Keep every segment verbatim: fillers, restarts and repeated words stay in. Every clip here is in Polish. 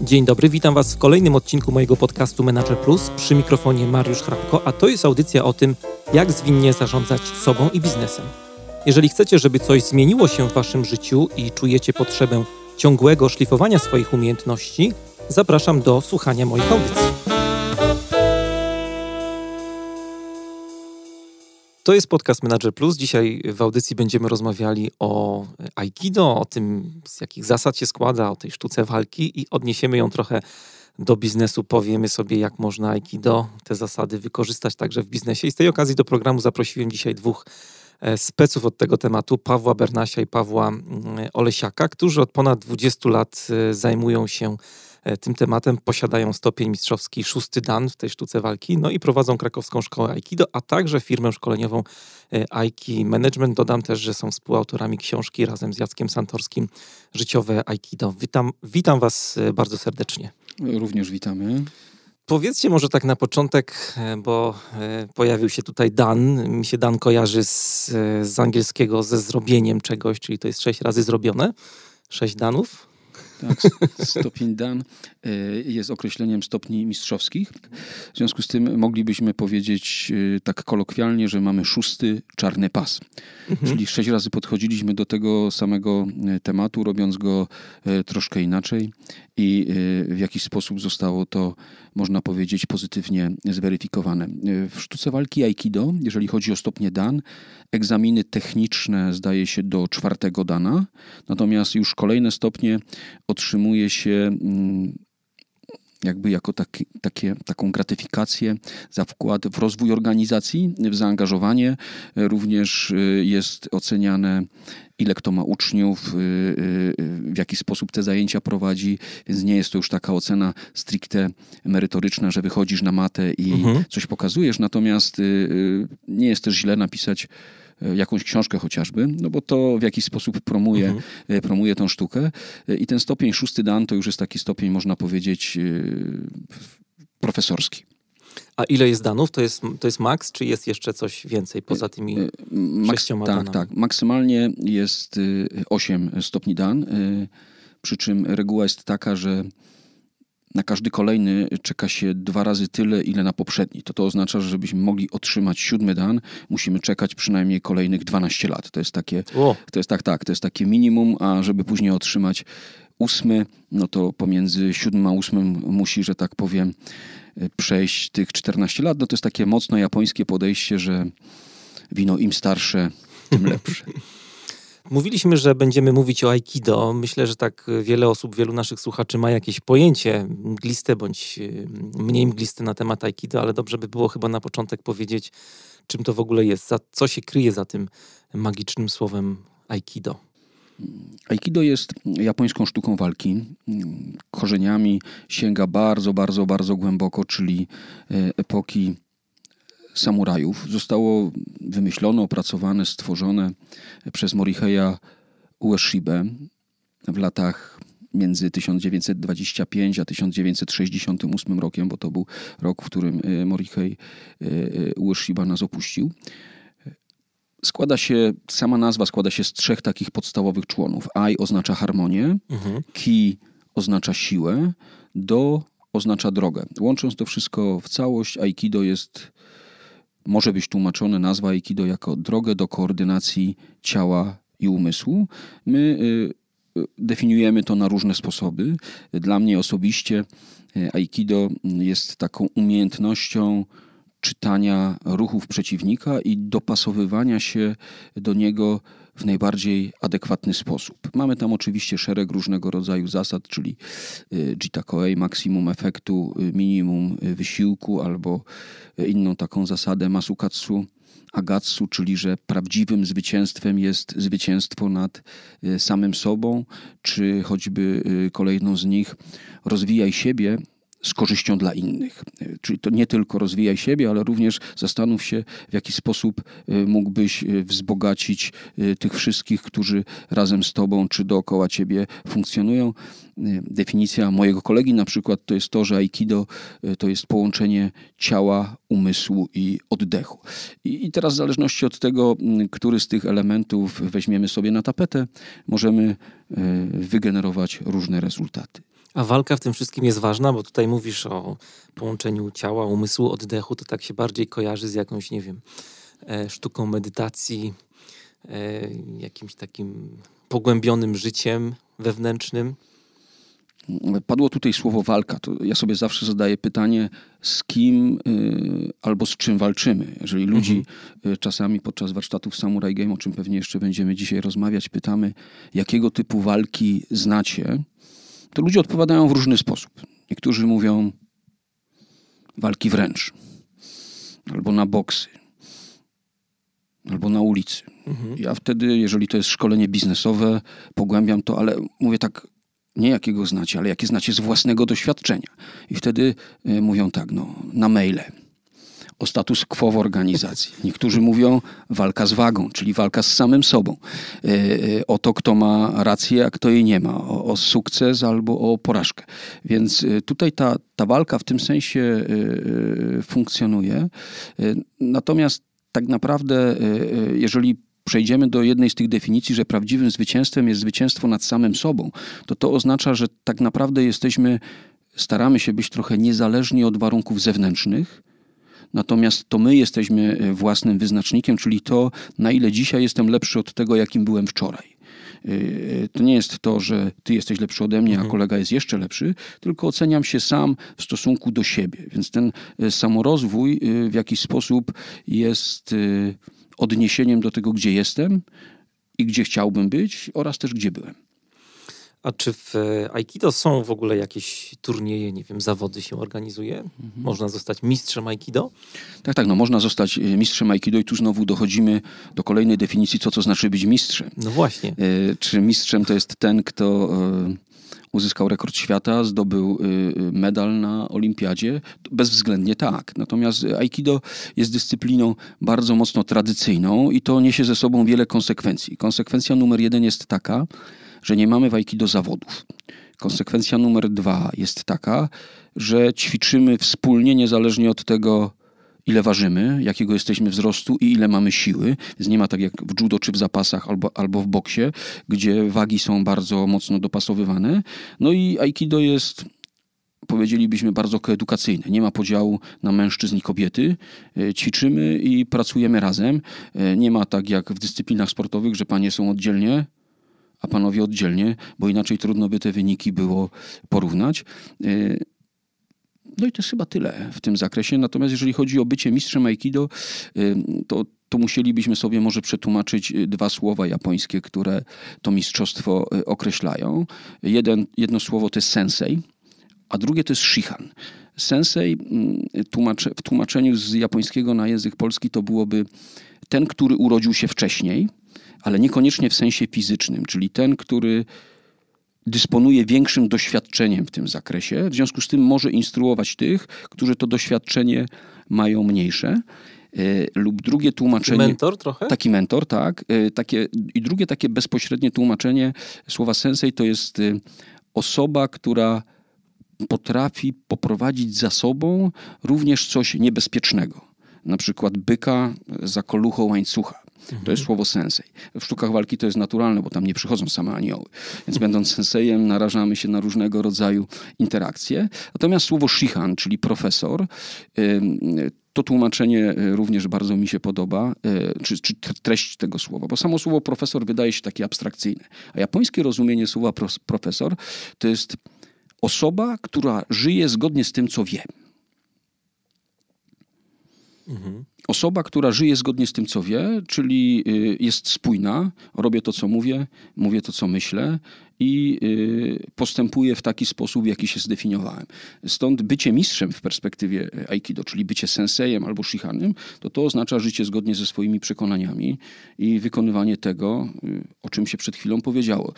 Dzień dobry, witam Was w kolejnym odcinku mojego podcastu Menadżer Plus. Przy mikrofonie Mariusz Hrabko, a to jest audycja o tym, jak zwinnie zarządzać sobą i biznesem. Jeżeli chcecie, żeby coś zmieniło się w Waszym życiu i czujecie potrzebę ciągłego szlifowania swoich umiejętności, zapraszam do słuchania moich audycji. To jest podcast Menadżer Plus. Dzisiaj w audycji będziemy rozmawiali o Aikido, o tym, z jakich zasad się składa, o tej sztuce walki i odniesiemy ją trochę do biznesu. Powiemy sobie, jak można Aikido, te zasady wykorzystać także w biznesie. I z tej okazji do programu zaprosiłem dzisiaj dwóch speców od tego tematu, Pawła Bernasia i Pawła Olesiaka, którzy od ponad dwudziestu lat zajmują się tym tematem, posiadają stopień mistrzowski szósty dan w tej sztuce walki, no i prowadzą krakowską szkołę Aikido, a także firmę szkoleniową Aiki Management. Dodam też, że są współautorami książki razem z Jackiem Santorskim Życiowe Aikido. Witam, witam Was bardzo serdecznie. Również witamy. Powiedzcie może tak na początek, bo pojawił się tutaj dan. Mi się dan kojarzy z, z angielskiego ze zrobieniem czegoś, czyli to jest sześć razy zrobione. Sześć danów. Tak, stopień dan jest określeniem stopni mistrzowskich. W związku z tym moglibyśmy powiedzieć tak kolokwialnie, że mamy szósty czarny pas. Mhm. Czyli sześć razy podchodziliśmy do tego samego tematu, robiąc go troszkę inaczej i w jakiś sposób zostało to, można powiedzieć, pozytywnie zweryfikowane. W sztuce walki Aikido, jeżeli chodzi o stopnie dan, egzaminy techniczne zdaje się do czwartego dana, natomiast już kolejne stopnie otrzymuje się jakby jako taki, takie, taką gratyfikację za wkład w rozwój organizacji, w zaangażowanie. Również jest oceniane, ile kto ma uczniów, w jaki sposób te zajęcia prowadzi, więc nie jest to już taka ocena stricte merytoryczna, że wychodzisz na matę i mhm. coś pokazujesz, natomiast nie jest też źle napisać jakąś książkę chociażby, no bo to w jakiś sposób promuje, mhm. promuje tą sztukę i ten stopień szósty dan to już jest taki stopień, można powiedzieć, profesorski. A ile jest danów? To jest, to jest maks, czy jest jeszcze coś więcej poza tymi Maks, sześcioma tak, danami? Tak, maksymalnie jest osiem stopni dan, przy czym reguła jest taka, że na każdy kolejny czeka się dwa razy tyle, ile na poprzedni. To to oznacza, że żebyśmy mogli otrzymać siódmy dan, musimy czekać przynajmniej kolejnych dwanaście lat. To jest takie, o. to jest tak, tak, to jest takie minimum, a żeby później otrzymać ósmy, no to pomiędzy siódmym a ósmym musi, że tak powiem, przejść tych czternaście lat. No to jest takie mocno japońskie podejście, że wino im starsze, tym lepsze. Mówiliśmy, że będziemy mówić o Aikido. Myślę, że tak wiele osób, wielu naszych słuchaczy ma jakieś pojęcie mgliste bądź mniej mgliste na temat Aikido, ale dobrze by było chyba na początek powiedzieć, czym to w ogóle jest, za co się kryje za tym magicznym słowem Aikido. Aikido jest japońską sztuką walki. Korzeniami sięga bardzo, bardzo, bardzo głęboko, czyli epoki samurajów. Zostało wymyślone, opracowane, stworzone przez Moriheya Ueshibę w latach między tysiąc dziewięćset dwudziestym piątym a tysiąc dziewięćset sześćdziesiątym ósmym rokiem, bo to był rok, w którym Morihei Ueshiba nas opuścił. Składa się, sama nazwa składa się z trzech takich podstawowych członów. Ai oznacza harmonię, mhm. Ki oznacza siłę, Do oznacza drogę. Łącząc to wszystko w całość, Aikido jest, może być tłumaczone, nazwa Aikido jako drogę do koordynacji ciała i umysłu. My y, definiujemy to na różne sposoby. Dla mnie osobiście Aikido jest taką umiejętnością czytania ruchów przeciwnika i dopasowywania się do niego w najbardziej adekwatny sposób. Mamy tam oczywiście szereg różnego rodzaju zasad, czyli Jita-koei, maksimum efektu, minimum wysiłku, albo inną taką zasadę Masukatsu Agatsu, czyli że prawdziwym zwycięstwem jest zwycięstwo nad samym sobą, czy choćby kolejną z nich rozwijaj siebie z korzyścią dla innych. Czyli to nie tylko rozwijaj siebie, ale również zastanów się, w jaki sposób mógłbyś wzbogacić tych wszystkich, którzy razem z tobą czy dookoła ciebie funkcjonują. Definicja mojego kolegi na przykład to jest to, że Aikido to jest połączenie ciała, umysłu i oddechu. I teraz w zależności od tego, który z tych elementów weźmiemy sobie na tapetę, możemy wygenerować różne rezultaty. A walka w tym wszystkim jest ważna, bo tutaj mówisz o połączeniu ciała, umysłu, oddechu, to tak się bardziej kojarzy z jakąś, nie wiem, e, sztuką medytacji, e, jakimś takim pogłębionym życiem wewnętrznym. Padło tutaj słowo walka. To ja sobie zawsze zadaję pytanie, z kim y, albo z czym walczymy. Jeżeli ludzi mhm. y, czasami podczas warsztatów Samurai Game, o czym pewnie jeszcze będziemy dzisiaj rozmawiać, pytamy, jakiego typu walki znacie, to ludzie odpowiadają w różny sposób. Niektórzy mówią walki wręcz, albo na boksy, albo na ulicy. Mhm. Ja wtedy, jeżeli to jest szkolenie biznesowe, pogłębiam to, ale mówię tak, nie jakiego znacie, ale jakie znacie z własnego doświadczenia. I wtedy y, mówią tak, no, na maile. O status quo w organizacji. Niektórzy mówią walka z wagą, czyli walka z samym sobą. Y, y, o to, kto ma rację, a kto jej nie ma. O, o sukces albo o porażkę. Więc y, tutaj ta, ta walka w tym sensie y, y, funkcjonuje. Y, natomiast tak naprawdę, y, jeżeli przejdziemy do jednej z tych definicji, że prawdziwym zwycięstwem jest zwycięstwo nad samym sobą, to to oznacza, że tak naprawdę jesteśmy, staramy się być trochę niezależni od warunków zewnętrznych, natomiast to my jesteśmy własnym wyznacznikiem, czyli to, na ile dzisiaj jestem lepszy od tego, jakim byłem wczoraj. To nie jest to, że ty jesteś lepszy ode mnie, mhm. a kolega jest jeszcze lepszy, tylko oceniam się sam w stosunku do siebie. Więc ten samorozwój w jakiś sposób jest odniesieniem do tego, gdzie jestem i gdzie chciałbym być oraz też gdzie byłem. A czy w Aikido są w ogóle jakieś turnieje, nie wiem, zawody się organizuje? Mhm. Można zostać mistrzem Aikido? Tak, tak, no można zostać mistrzem Aikido i tu znowu dochodzimy do kolejnej definicji, co to znaczy być mistrzem. No właśnie. Czy mistrzem to jest ten, kto uzyskał rekord świata, zdobył medal na olimpiadzie? Bezwzględnie tak. Natomiast Aikido jest dyscypliną bardzo mocno tradycyjną i to niesie ze sobą wiele konsekwencji. Konsekwencja numer jeden jest taka, że nie mamy w Aikido zawodów. Konsekwencja numer dwa jest taka, że ćwiczymy wspólnie, niezależnie od tego, ile ważymy, jakiego jesteśmy wzrostu i ile mamy siły. Więc nie ma tak jak w judo czy w zapasach albo, albo w boksie, gdzie wagi są bardzo mocno dopasowywane. No i Aikido jest, powiedzielibyśmy, bardzo koedukacyjne. Nie ma podziału na mężczyzn i kobiety. Ćwiczymy i pracujemy razem. Nie ma tak jak w dyscyplinach sportowych, że panie są oddzielnie, a panowie oddzielnie, bo inaczej trudno by te wyniki było porównać. No i to jest chyba tyle w tym zakresie. Natomiast jeżeli chodzi o bycie mistrzem Aikido, to, to musielibyśmy sobie może przetłumaczyć dwa słowa japońskie, które to mistrzostwo określają. Jeden, jedno słowo to jest sensei, a drugie to jest shihan. Sensei tłumacze, w tłumaczeniu z japońskiego na język polski to byłoby ten, który urodził się wcześniej, ale niekoniecznie w sensie fizycznym, czyli ten, który dysponuje większym doświadczeniem w tym zakresie, w związku z tym może instruować tych, którzy to doświadczenie mają mniejsze. Yy, lub drugie tłumaczenie... Taki mentor trochę? Taki mentor, tak. Yy, takie, I drugie takie bezpośrednie tłumaczenie słowa sensei to jest yy, osoba, która potrafi poprowadzić za sobą również coś niebezpiecznego. Na przykład byka za koluchą łańcucha. To jest słowo sensei. W sztukach walki to jest naturalne, bo tam nie przychodzą same anioły. Więc będąc sensejem narażamy się na różnego rodzaju interakcje. Natomiast słowo shihan, czyli profesor, to tłumaczenie również bardzo mi się podoba, czy, czy treść tego słowa, bo samo słowo profesor wydaje się takie abstrakcyjne. A japońskie rozumienie słowa profesor to jest osoba, która żyje zgodnie z tym, co wie. Mhm. Osoba, która żyje zgodnie z tym, co wie, czyli jest spójna, robię to, co mówię, mówię to, co myślę i postępuję w taki sposób, w jaki się zdefiniowałem. Stąd bycie mistrzem w perspektywie Aikido, czyli bycie sensejem albo shihanem, to to oznacza życie zgodnie ze swoimi przekonaniami i wykonywanie tego, o czym się przed chwilą powiedziało.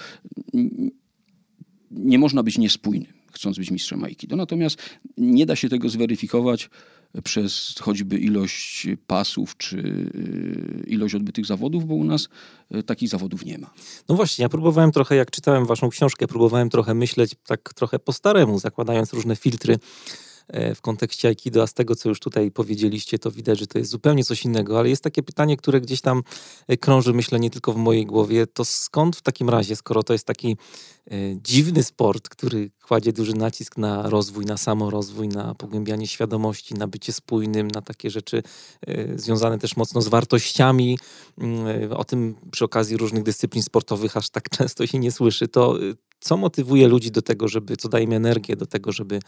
Nie można być niespójnym, chcąc być mistrzem Aikido, natomiast nie da się tego zweryfikować przez choćby ilość pasów czy ilość odbytych zawodów, bo u nas takich zawodów nie ma. No właśnie, ja próbowałem trochę, jak czytałem waszą książkę, próbowałem trochę myśleć tak trochę po staremu, zakładając różne filtry w kontekście Aikido, a z tego, co już tutaj powiedzieliście, to widać, że to jest zupełnie coś innego, ale jest takie pytanie, które gdzieś tam krąży, myślę, nie tylko w mojej głowie, to skąd w takim razie, skoro to jest taki dziwny sport, który kładzie duży nacisk na rozwój, na samorozwój, na pogłębianie świadomości, na bycie spójnym, na takie rzeczy związane też mocno z wartościami. O tym przy okazji różnych dyscyplin sportowych aż tak często się nie słyszy. To co motywuje ludzi do tego, żeby, co daje im energię do tego, żeby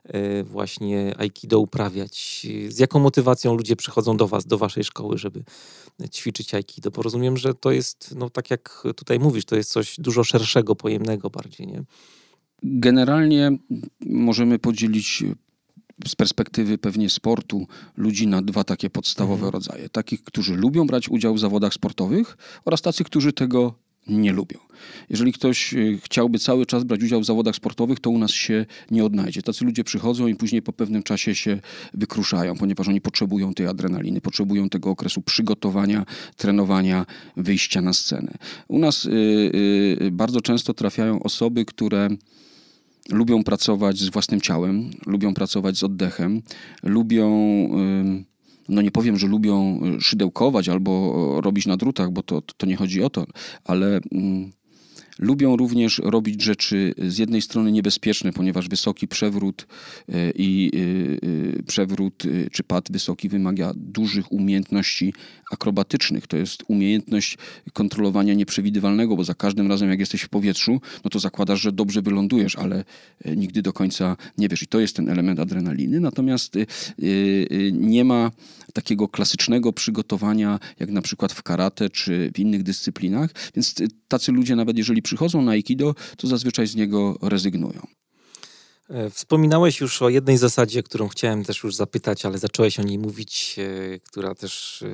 właśnie Aikido uprawiać? Z jaką motywacją ludzie przychodzą do was, do waszej szkoły, żeby ćwiczyć Aikido? Bo rozumiem, że to jest, no tak jak tutaj mówisz, to jest coś dużo szerszego, pojemnego bardziej, nie? Generalnie możemy podzielić z perspektywy pewnie sportu ludzi na dwa takie podstawowe mhm. rodzaje. Takich, którzy lubią brać udział w zawodach sportowych oraz tacy, którzy tego nie lubią. Jeżeli ktoś chciałby cały czas brać udział w zawodach sportowych, to u nas się nie odnajdzie. Tacy ludzie przychodzą i później po pewnym czasie się wykruszają, ponieważ oni potrzebują tej adrenaliny, potrzebują tego okresu przygotowania, trenowania, wyjścia na scenę. U nas y, y, bardzo często trafiają osoby, które lubią pracować z własnym ciałem, lubią pracować z oddechem, lubią... Y, no nie powiem, że lubią szydełkować albo robić na drutach, bo to, to nie chodzi o to, ale mm, lubią również robić rzeczy z jednej strony niebezpieczne, ponieważ wysoki przewrót y, i y, przewrót y, czy pad wysoki wymaga dużych umiejętności akrobatycznych. To jest umiejętność kontrolowania nieprzewidywalnego, bo za każdym razem jak jesteś w powietrzu, no to zakładasz, że dobrze wylądujesz, ale y, nigdy do końca nie wiesz. I to jest ten element adrenaliny. Natomiast y, y, nie ma takiego klasycznego przygotowania, jak na przykład w karate czy w innych dyscyplinach, więc tacy ludzie, nawet jeżeli przychodzą na Aikido, to zazwyczaj z niego rezygnują. Wspominałeś już o jednej zasadzie, którą chciałem też już zapytać, ale zacząłeś o niej mówić, która też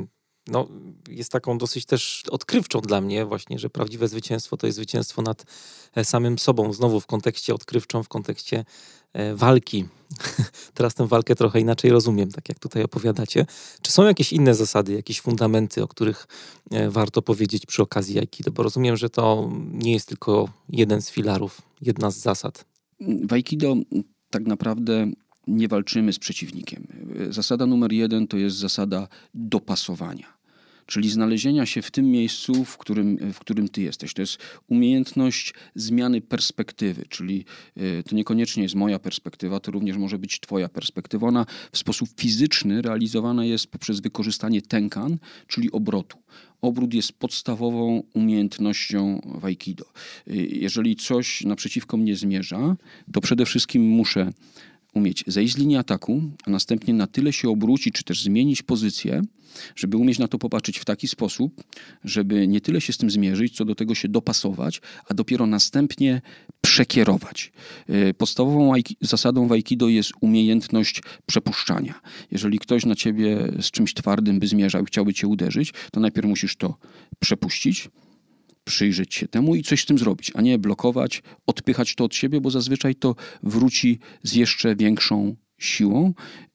no, jest taką dosyć też odkrywczą dla mnie właśnie, że prawdziwe zwycięstwo to jest zwycięstwo nad samym sobą. Znowu w kontekście odkrywczą, w kontekście walki. Teraz tę walkę trochę inaczej rozumiem, tak jak tutaj opowiadacie. Czy są jakieś inne zasady, jakieś fundamenty, o których warto powiedzieć przy okazji Aikido? Bo rozumiem, że to nie jest tylko jeden z filarów, jedna z zasad. W Aikido tak naprawdę nie walczymy z przeciwnikiem. Zasada numer jeden to jest zasada dopasowania. Czyli znalezienia się w tym miejscu, w którym, w którym ty jesteś. To jest umiejętność zmiany perspektywy, czyli to niekoniecznie jest moja perspektywa, to również może być twoja perspektywa. Ona w sposób fizyczny realizowana jest poprzez wykorzystanie tenkan, czyli obrotu. Obrót jest podstawową umiejętnością w Aikido. Jeżeli coś naprzeciwko mnie zmierza, to przede wszystkim muszę umieć zejść z linii ataku, a następnie na tyle się obrócić, czy też zmienić pozycję, żeby umieć na to popatrzeć w taki sposób, żeby nie tyle się z tym zmierzyć, co do tego się dopasować, a dopiero następnie przekierować. Podstawową zasadą w Aikido jest umiejętność przepuszczania. Jeżeli ktoś na ciebie z czymś twardym by zmierzał i chciałby cię uderzyć, to najpierw musisz to przepuścić, przyjrzeć się temu i coś z tym zrobić, a nie blokować, odpychać to od siebie, bo zazwyczaj to wróci z jeszcze większą siłą.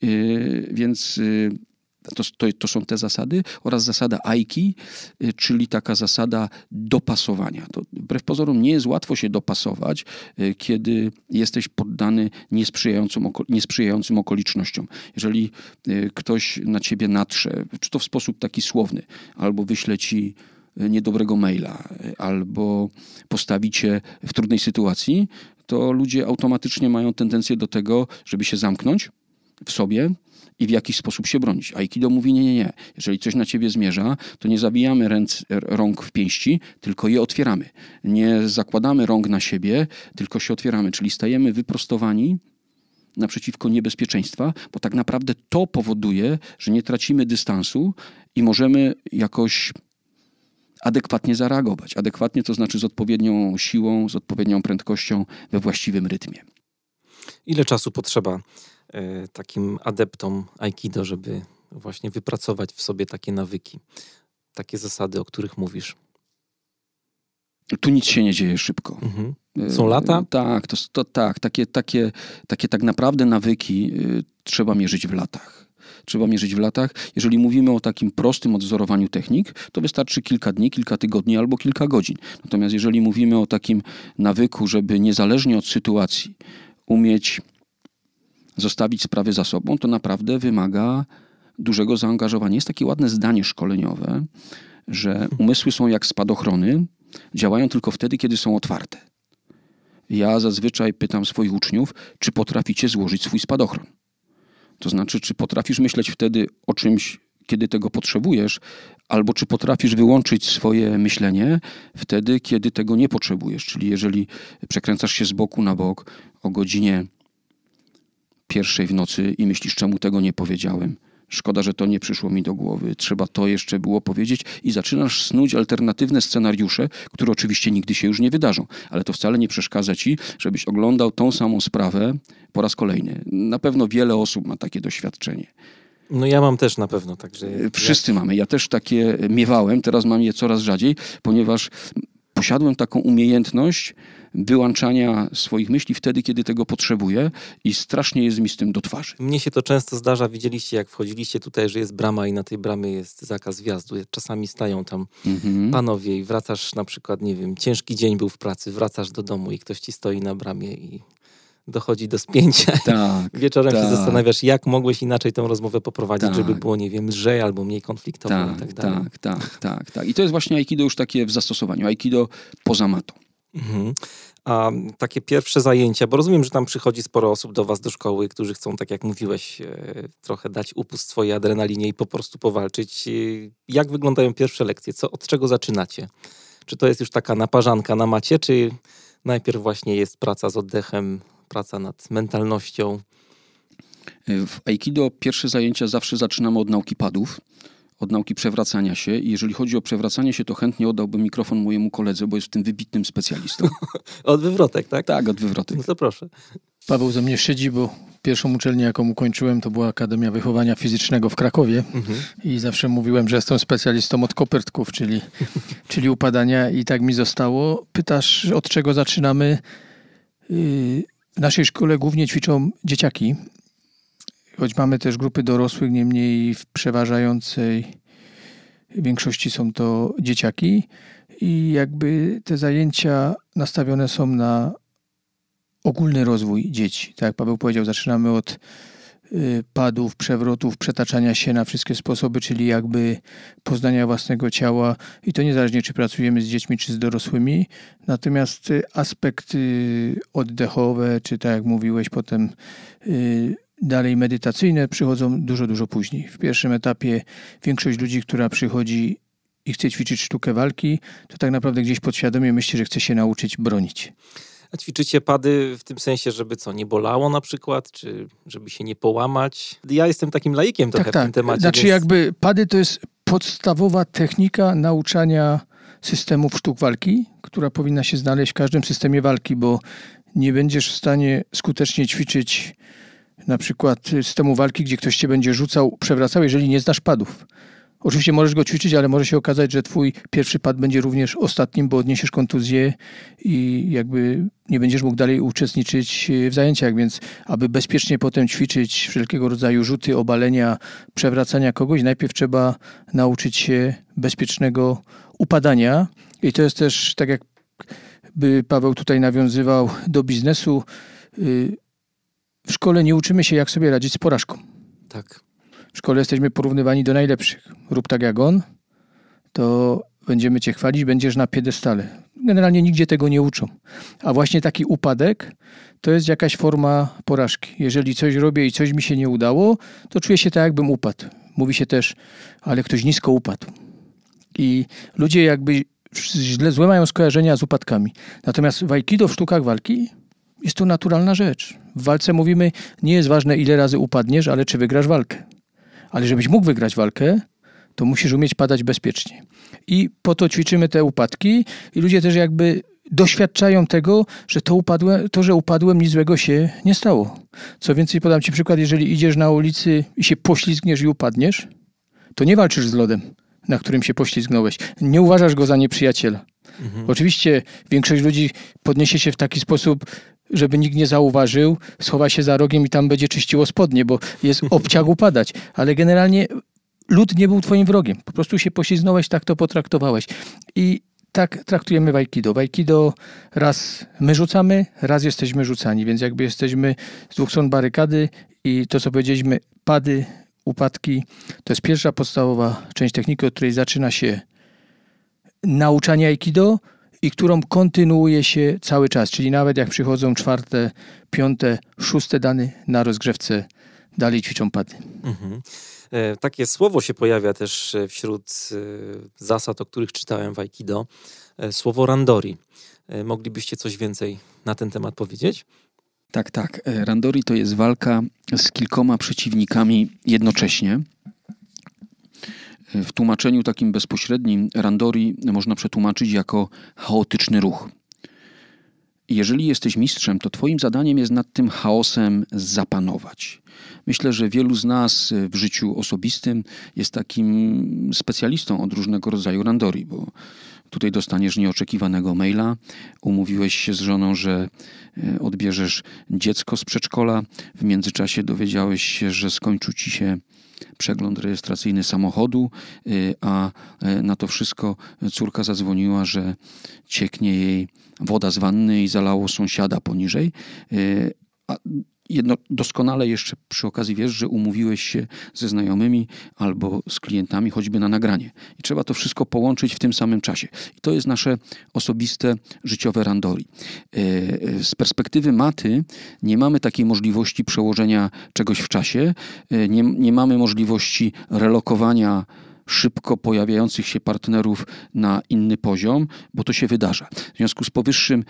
Yy, więc yy, to, to, to są te zasady oraz zasada Aiki, yy, czyli taka zasada dopasowania. To wbrew pozorom nie jest łatwo się dopasować, yy, kiedy jesteś poddany niesprzyjającym, oko- niesprzyjającym okolicznościom. Jeżeli yy, ktoś na ciebie natrze, czy to w sposób taki słowny, albo wyśle ci niedobrego maila albo postawicie w trudnej sytuacji, to ludzie automatycznie mają tendencję do tego, żeby się zamknąć w sobie i w jakiś sposób się bronić. Aikido mówi nie, nie, nie. Jeżeli coś na ciebie zmierza, to nie zawijamy ręc, rąk w pięści, tylko je otwieramy. Nie zakładamy rąk na siebie, tylko się otwieramy, czyli stajemy wyprostowani naprzeciwko niebezpieczeństwa, bo tak naprawdę to powoduje, że nie tracimy dystansu i możemy jakoś adekwatnie zareagować. Adekwatnie to znaczy z odpowiednią siłą, z odpowiednią prędkością, we właściwym rytmie. Ile czasu potrzeba y, takim adeptom Aikido, żeby właśnie wypracować w sobie takie nawyki, takie zasady, o których mówisz? Tu nic się nie dzieje szybko. Mhm. Są lata? Y, tak, to, to tak. Takie, takie, takie tak naprawdę nawyki y, trzeba mierzyć w latach. Trzeba mierzyć w latach. Jeżeli mówimy o takim prostym odwzorowaniu technik, to wystarczy kilka dni, kilka tygodni albo kilka godzin. Natomiast jeżeli mówimy o takim nawyku, żeby niezależnie od sytuacji umieć zostawić sprawy za sobą, to naprawdę wymaga dużego zaangażowania. Jest takie ładne zdanie szkoleniowe, że umysły są jak spadochrony, działają tylko wtedy, kiedy są otwarte. Ja zazwyczaj pytam swoich uczniów, czy potraficie złożyć swój spadochron. To znaczy, czy potrafisz myśleć wtedy o czymś, kiedy tego potrzebujesz, albo czy potrafisz wyłączyć swoje myślenie wtedy, kiedy tego nie potrzebujesz. Czyli jeżeli przekręcasz się z boku na bok o godzinie pierwszej w nocy i myślisz, czemu tego nie powiedziałem. Szkoda, że to nie przyszło mi do głowy. Trzeba to jeszcze było powiedzieć i zaczynasz snuć alternatywne scenariusze, które oczywiście nigdy się już nie wydarzą. Ale to wcale nie przeszkadza ci, żebyś oglądał tą samą sprawę po raz kolejny. Na pewno wiele osób ma takie doświadczenie. No ja mam też na pewno. Także Wszyscy jak... mamy. Ja też takie miewałem. Teraz mam je coraz rzadziej, ponieważ posiadłem taką umiejętność wyłączania swoich myśli wtedy, kiedy tego potrzebuję i strasznie jest mi z tym do twarzy. Mnie się to często zdarza. Widzieliście, jak wchodziliście tutaj, że jest brama i na tej bramie jest zakaz wjazdu. Czasami stają tam mhm. panowie i wracasz na przykład, nie wiem, ciężki dzień był w pracy, wracasz do domu i ktoś ci stoi na bramie i dochodzi do spięcia. Tak, Wieczorem tak. się zastanawiasz, jak mogłeś inaczej tę rozmowę poprowadzić, tak. żeby było, nie wiem, lżej albo mniej konfliktowo tak, i tak dalej. Tak, tak, tak, tak. I to jest właśnie aikido już takie w zastosowaniu. Aikido poza matą. Mhm. A takie pierwsze zajęcia, bo rozumiem, że tam przychodzi sporo osób do was do szkoły, którzy chcą, tak jak mówiłeś, trochę dać upust swojej adrenalinie i po prostu powalczyć. Jak wyglądają pierwsze lekcje? Co, od czego zaczynacie? Czy to jest już taka naparzanka na macie, czy najpierw właśnie jest praca z oddechem, praca nad mentalnością? W aikido pierwsze zajęcia zawsze zaczynamy od nauki padów, od nauki przewracania się i jeżeli chodzi o przewracanie się, to chętnie oddałbym mikrofon mojemu koledze, bo jest w tym wybitnym specjalistą. Od wywrotek, tak? Tak, od wywrotek. No to proszę. Paweł ze mnie szydzi, bo pierwszą uczelnię, jaką ukończyłem, to była Akademia Wychowania Fizycznego w Krakowie mhm. i zawsze mówiłem, że jestem specjalistą od kopytków, czyli, czyli upadania i tak mi zostało. Pytasz, od czego zaczynamy? W naszej szkole głównie ćwiczą dzieciaki, choć mamy też grupy dorosłych, niemniej w przeważającej większości są to dzieciaki i jakby te zajęcia nastawione są na ogólny rozwój dzieci. Tak jak Paweł powiedział, zaczynamy od y, padów, przewrotów, przetaczania się na wszystkie sposoby, czyli jakby poznania własnego ciała i to niezależnie, czy pracujemy z dziećmi, czy z dorosłymi. Natomiast y, aspekty oddechowe, czy tak jak mówiłeś, potem y, dalej medytacyjne przychodzą dużo, dużo później. W pierwszym etapie większość ludzi, która przychodzi i chce ćwiczyć sztukę walki, to tak naprawdę gdzieś podświadomie myśli, że chce się nauczyć bronić. A ćwiczycie pady w tym sensie, żeby co, nie bolało na przykład, czy żeby się nie połamać? Ja jestem takim laikiem trochę tak, w tym tak. temacie. Znaczy więc... jakby pady to jest podstawowa technika nauczania systemów sztuk walki, która powinna się znaleźć w każdym systemie walki, bo nie będziesz w stanie skutecznie ćwiczyć na przykład systemu walki, gdzie ktoś cię będzie rzucał, przewracał, jeżeli nie znasz padów. Oczywiście możesz go ćwiczyć, ale może się okazać, że twój pierwszy pad będzie również ostatnim, bo odniesiesz kontuzję i jakby nie będziesz mógł dalej uczestniczyć w zajęciach, więc aby bezpiecznie potem ćwiczyć wszelkiego rodzaju rzuty, obalenia, przewracania kogoś, najpierw trzeba nauczyć się bezpiecznego upadania i to jest też, tak jak by Paweł tutaj nawiązywał do biznesu, w szkole nie uczymy się, jak sobie radzić z porażką. Tak. W szkole jesteśmy porównywani do najlepszych. Rób tak jak on, to będziemy cię chwalić, będziesz na piedestale. Generalnie nigdzie tego nie uczą. A właśnie taki upadek to jest jakaś forma porażki. Jeżeli coś robię i coś mi się nie udało, to czuję się tak, jakbym upadł. Mówi się też, ale ktoś nisko upadł. I ludzie jakby źle, złe mają skojarzenia z upadkami. Natomiast w aikido, w sztukach walki jest to naturalna rzecz. W walce mówimy, nie jest ważne, ile razy upadniesz, ale czy wygrasz walkę. Ale żebyś mógł wygrać walkę, to musisz umieć padać bezpiecznie. I po to ćwiczymy te upadki i ludzie też jakby doświadczają tego, że to, upadłem, to, że upadłem, nic złego się nie stało. Co więcej, podam ci przykład, jeżeli idziesz na ulicy i się poślizgniesz i upadniesz, to nie walczysz z lodem, na którym się poślizgnąłeś. Nie uważasz go za nieprzyjaciela. Mhm. Oczywiście większość ludzi podniesie się w taki sposób, żeby nikt nie zauważył, schowa się za rogiem i tam będzie czyściło spodnie, bo jest obciach upadać. Ale generalnie lód nie był twoim wrogiem. Po prostu się poślizgnąłeś, tak to potraktowałeś. I tak traktujemy w aikido. W aikido raz my rzucamy, raz jesteśmy rzucani, więc jakby jesteśmy z dwóch stron barykady I to, co powiedzieliśmy, pady, upadki, to jest pierwsza podstawowa część techniki, od której zaczyna się nauczanie aikido i którą kontynuuje się cały czas. Czyli nawet jak przychodzą czwarte, piąte, szóste dane na rozgrzewce, dalej ćwiczą pady. Mhm. E, takie słowo się pojawia też wśród e, zasad, o których czytałem w aikido. E, słowo randori. E, moglibyście coś więcej na ten temat powiedzieć? Tak, tak. Randori to jest walka z kilkoma przeciwnikami jednocześnie. W tłumaczeniu takim bezpośrednim randori można przetłumaczyć jako chaotyczny ruch. Jeżeli jesteś mistrzem, to twoim zadaniem jest nad tym chaosem zapanować. Myślę, że wielu z nas w życiu osobistym jest takim specjalistą od różnego rodzaju randori, bo tutaj dostaniesz nieoczekiwanego maila, umówiłeś się z żoną, że odbierzesz dziecko z przedszkola, w międzyczasie dowiedziałeś się, że skończył ci się przegląd rejestracyjny samochodu, a na to wszystko córka zadzwoniła, że cieknie jej woda z wanny i zalało sąsiada poniżej. A jedno, doskonale jeszcze przy okazji wiesz, że umówiłeś się ze znajomymi albo z klientami choćby na nagranie. I trzeba to wszystko połączyć w tym samym czasie. I to jest nasze osobiste, życiowe randori. Z perspektywy maty nie mamy takiej możliwości przełożenia czegoś w czasie. Nie, nie mamy możliwości relokowania szybko pojawiających się partnerów na inny poziom, bo to się wydarza. W związku z powyższym,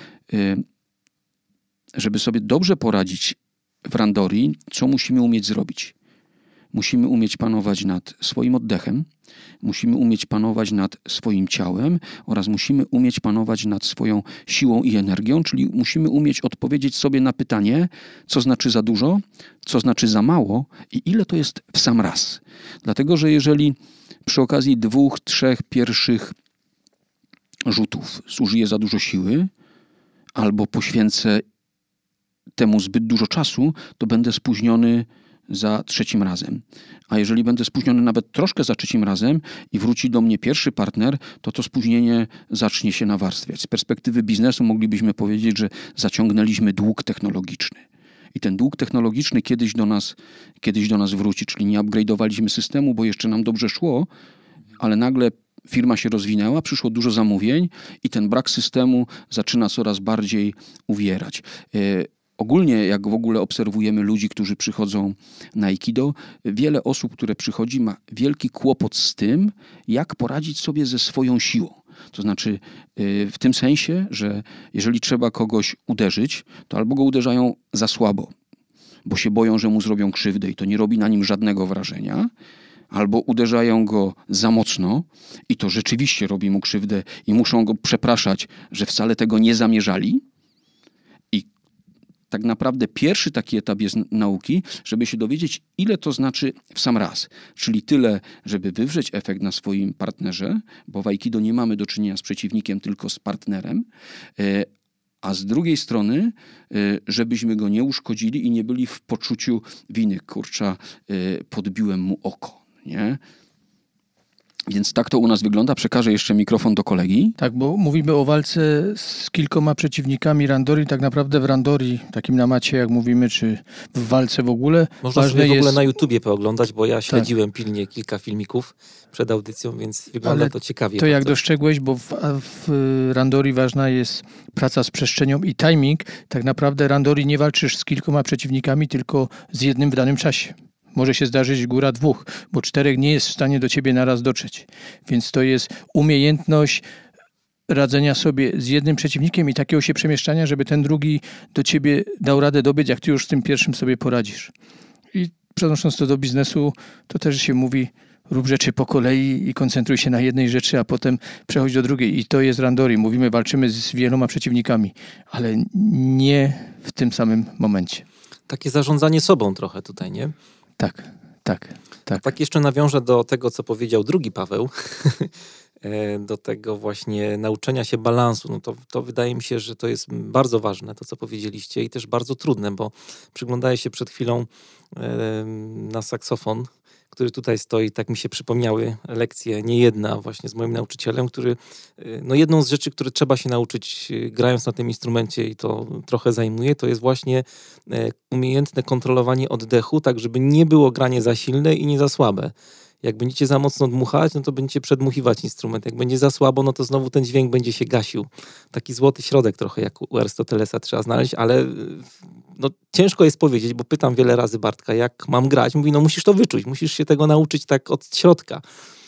żeby sobie dobrze poradzić w randori, co musimy umieć zrobić? Musimy umieć panować nad swoim oddechem, musimy umieć panować nad swoim ciałem oraz musimy umieć panować nad swoją siłą i energią, czyli musimy umieć odpowiedzieć sobie na pytanie, co znaczy za dużo, co znaczy za mało i ile to jest w sam raz. Dlatego, że jeżeli przy okazji dwóch, trzech pierwszych rzutów zużyję za dużo siły albo poświęcę temu zbyt dużo czasu, to będę spóźniony za trzecim razem. A jeżeli będę spóźniony nawet troszkę za trzecim razem i wróci do mnie pierwszy partner, to to spóźnienie zacznie się nawarstwiać. Z perspektywy biznesu moglibyśmy powiedzieć, że zaciągnęliśmy dług technologiczny. I ten dług technologiczny kiedyś do nas, kiedyś do nas wróci, czyli nie upgrade'owaliśmy systemu, bo jeszcze nam dobrze szło, ale nagle firma się rozwinęła, przyszło dużo zamówień i ten brak systemu zaczyna coraz bardziej uwierać. Ogólnie, jak w ogóle obserwujemy ludzi, którzy przychodzą na aikido, wiele osób, które przychodzi, ma wielki kłopot z tym, jak poradzić sobie ze swoją siłą. To znaczy w tym sensie, że jeżeli trzeba kogoś uderzyć, to albo go uderzają za słabo, bo się boją, że mu zrobią krzywdę i to nie robi na nim żadnego wrażenia, albo uderzają go za mocno i to rzeczywiście robi mu krzywdę i muszą go przepraszać, że wcale tego nie zamierzali. Tak naprawdę pierwszy taki etap jest nauki, żeby się dowiedzieć, ile to znaczy w sam raz. Czyli tyle, żeby wywrzeć efekt na swoim partnerze, bo w aikido nie mamy do czynienia z przeciwnikiem, tylko z partnerem, a z drugiej strony, żebyśmy go nie uszkodzili i nie byli w poczuciu winy. Kurcza, podbiłem mu oko, nie? Więc tak to u nas wygląda. Przekażę jeszcze mikrofon do kolegi. Tak, bo mówimy o walce z kilkoma przeciwnikami randori. Tak naprawdę w randori, takim na macie, jak mówimy, czy w walce w ogóle. Można sobie w ogóle jest... na YouTubie pooglądać, bo ja śledziłem tak. pilnie kilka filmików przed audycją, więc wygląda Ale to ciekawie. To bardzo. Jak dostrzegłeś, bo w, w randori ważna jest praca z przestrzenią i timing. Tak naprawdę randori nie walczysz z kilkoma przeciwnikami, tylko z jednym w danym czasie. Może się zdarzyć góra dwóch, bo czterech nie jest w stanie do ciebie naraz dotrzeć. Więc to jest umiejętność radzenia sobie z jednym przeciwnikiem i takiego się przemieszczania, żeby ten drugi do ciebie dał radę dobiec, jak ty już z tym pierwszym sobie poradzisz. I przenosząc to do biznesu, to też się mówi, rób rzeczy po kolei i koncentruj się na jednej rzeczy, a potem przechodź do drugiej. I to jest randori. Mówimy, walczymy z wieloma przeciwnikami, ale nie w tym samym momencie. Takie zarządzanie sobą trochę tutaj, nie? Tak, tak, tak. Tak jeszcze nawiążę do tego, co powiedział drugi Paweł, do tego właśnie nauczenia się balansu. No to, to wydaje mi się, że to jest bardzo ważne, to co powiedzieliście i też bardzo trudne, bo przyglądaję się przed chwilą na saksofon, który tutaj stoi, tak mi się przypomniały lekcje, nie jedna właśnie z moim nauczycielem, który, no jedną z rzeczy, które trzeba się nauczyć grając na tym instrumencie i to trochę zajmuje, to jest właśnie umiejętne kontrolowanie oddechu, tak żeby nie było granie za silne i nie za słabe. Jak będziecie za mocno dmuchać, no to będziecie przedmuchiwać instrument. Jak będzie za słabo, no to znowu ten dźwięk będzie się gasił. Taki złoty środek trochę jak u Arystotelesa trzeba znaleźć, ale no, ciężko jest powiedzieć, bo pytam wiele razy Bartka, jak mam grać. Mówi, no musisz to wyczuć, musisz się tego nauczyć tak od środka.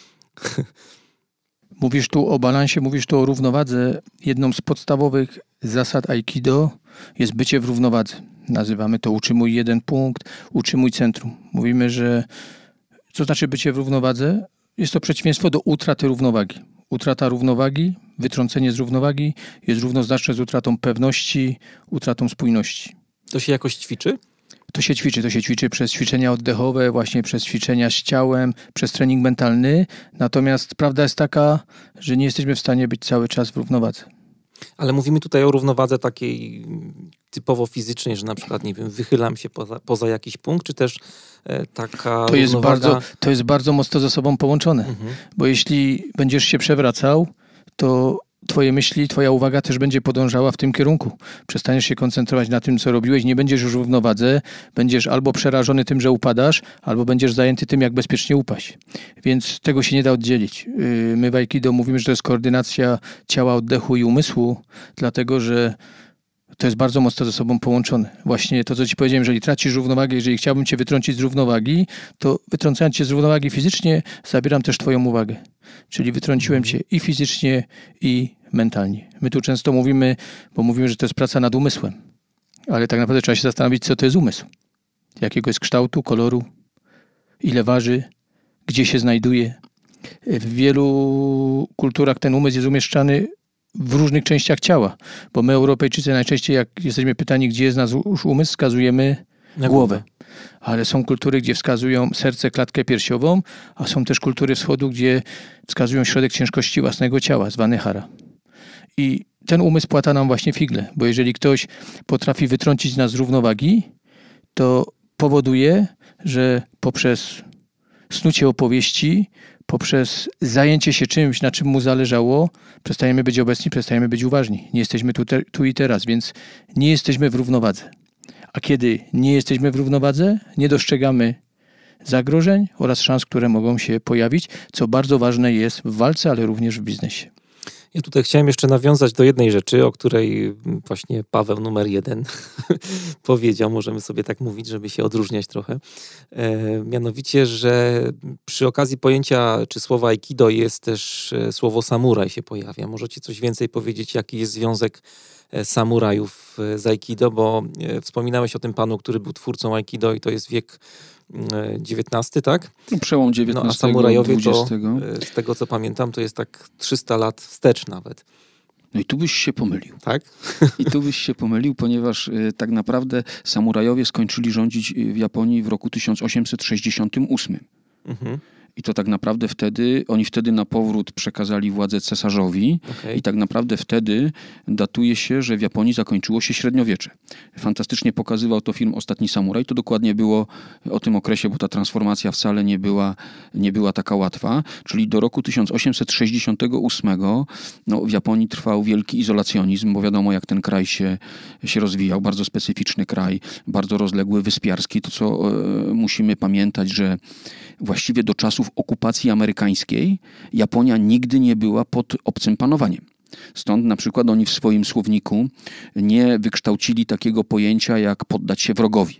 Mówisz tu o balansie, mówisz tu o równowadze. Jedną z podstawowych zasad Aikido jest bycie w równowadze. Nazywamy to utrzymuj jeden punkt, utrzymuj centrum. Mówimy, że co znaczy bycie w równowadze? Jest to przeciwieństwo do utraty równowagi. Utrata równowagi, wytrącenie z równowagi jest równoznaczne z utratą pewności, utratą spójności. To się jakoś ćwiczy? To się ćwiczy, to się ćwiczy przez ćwiczenia oddechowe, właśnie przez ćwiczenia z ciałem, przez trening mentalny. Natomiast prawda jest taka, że nie jesteśmy w stanie być cały czas w równowadze. Ale mówimy tutaj o równowadze takiej typowo fizycznej, że na przykład, nie wiem, wychylam się poza, poza jakiś punkt, czy też e, taka to jest równowaga... bardzo, to jest bardzo mocno ze sobą połączone, mhm. bo jeśli będziesz się przewracał, to twoje myśli, twoja uwaga też będzie podążała w tym kierunku. Przestaniesz się koncentrować na tym, co robiłeś, nie będziesz już w równowadze, będziesz albo przerażony tym, że upadasz, albo będziesz zajęty tym, jak bezpiecznie upaść. Więc tego się nie da oddzielić. My w Aikido mówimy, że to jest koordynacja ciała, oddechu i umysłu, dlatego że to jest bardzo mocno ze sobą połączone. Właśnie to, co ci powiedziałem, jeżeli tracisz równowagę, jeżeli chciałbym cię wytrącić z równowagi, to wytrącając cię z równowagi fizycznie, zabieram też twoją uwagę. Czyli wytrąciłem cię i fizycznie, i mentalnie. My tu często mówimy, bo mówimy, że to jest praca nad umysłem. Ale tak naprawdę trzeba się zastanowić, co to jest umysł. Jakiego jest kształtu, koloru, ile waży, gdzie się znajduje. W wielu kulturach ten umysł jest umieszczany w różnych częściach ciała, bo my Europejczycy najczęściej, jak jesteśmy pytani, gdzie jest nasz umysł, wskazujemy na głowę. Ale są kultury, gdzie wskazują serce, klatkę piersiową, a są też kultury wschodu, gdzie wskazują środek ciężkości własnego ciała, zwany hara. I ten umysł płata nam właśnie figle, bo jeżeli ktoś potrafi wytrącić nas z równowagi, to powoduje, że poprzez snucie opowieści, poprzez zajęcie się czymś, na czym mu zależało, przestajemy być obecni, przestajemy być uważni. Nie jesteśmy tu, te, tu i teraz, więc nie jesteśmy w równowadze. A kiedy nie jesteśmy w równowadze, nie dostrzegamy zagrożeń oraz szans, które mogą się pojawić, co bardzo ważne jest w walce, ale również w biznesie. Ja tutaj chciałem jeszcze nawiązać do jednej rzeczy, o której właśnie Paweł numer jeden powiedział, możemy sobie tak mówić, żeby się odróżniać trochę. E, mianowicie, że przy okazji pojęcia czy słowa Aikido jest też słowo samuraj się pojawia. Możecie coś więcej powiedzieć, jaki jest związek samurajów z Aikido, bo wspominałeś o tym panu, który był twórcą Aikido i to jest wiek dziewiętnasty, tak? No, przełom dziewiętnastego, no, a samurajowie dwudziestego. To, z tego co pamiętam, to jest tak trzysta lat wstecz nawet. No i tu byś się pomylił. Tak? I tu byś się pomylił, ponieważ y, tak naprawdę samurajowie skończyli rządzić w Japonii w roku tysiąc osiemset sześćdziesiątym ósmym. Mhm. I to tak naprawdę wtedy, oni wtedy na powrót przekazali władzę cesarzowi okay. i tak naprawdę wtedy datuje się, że w Japonii zakończyło się średniowiecze. Fantastycznie pokazywał to film Ostatni Samuraj. To dokładnie było o tym okresie, bo ta transformacja wcale nie była, nie była taka łatwa. Czyli do roku tysiąc osiemset sześćdziesiątego ósmego no, w Japonii trwał wielki izolacjonizm, bo wiadomo jak ten kraj się, się rozwijał. Bardzo specyficzny kraj, bardzo rozległy, wyspiarski. To co e, musimy pamiętać, że właściwie do czasów okupacji amerykańskiej Japonia nigdy nie była pod obcym panowaniem. Stąd na przykład oni w swoim słowniku nie wykształcili takiego pojęcia jak poddać się wrogowi.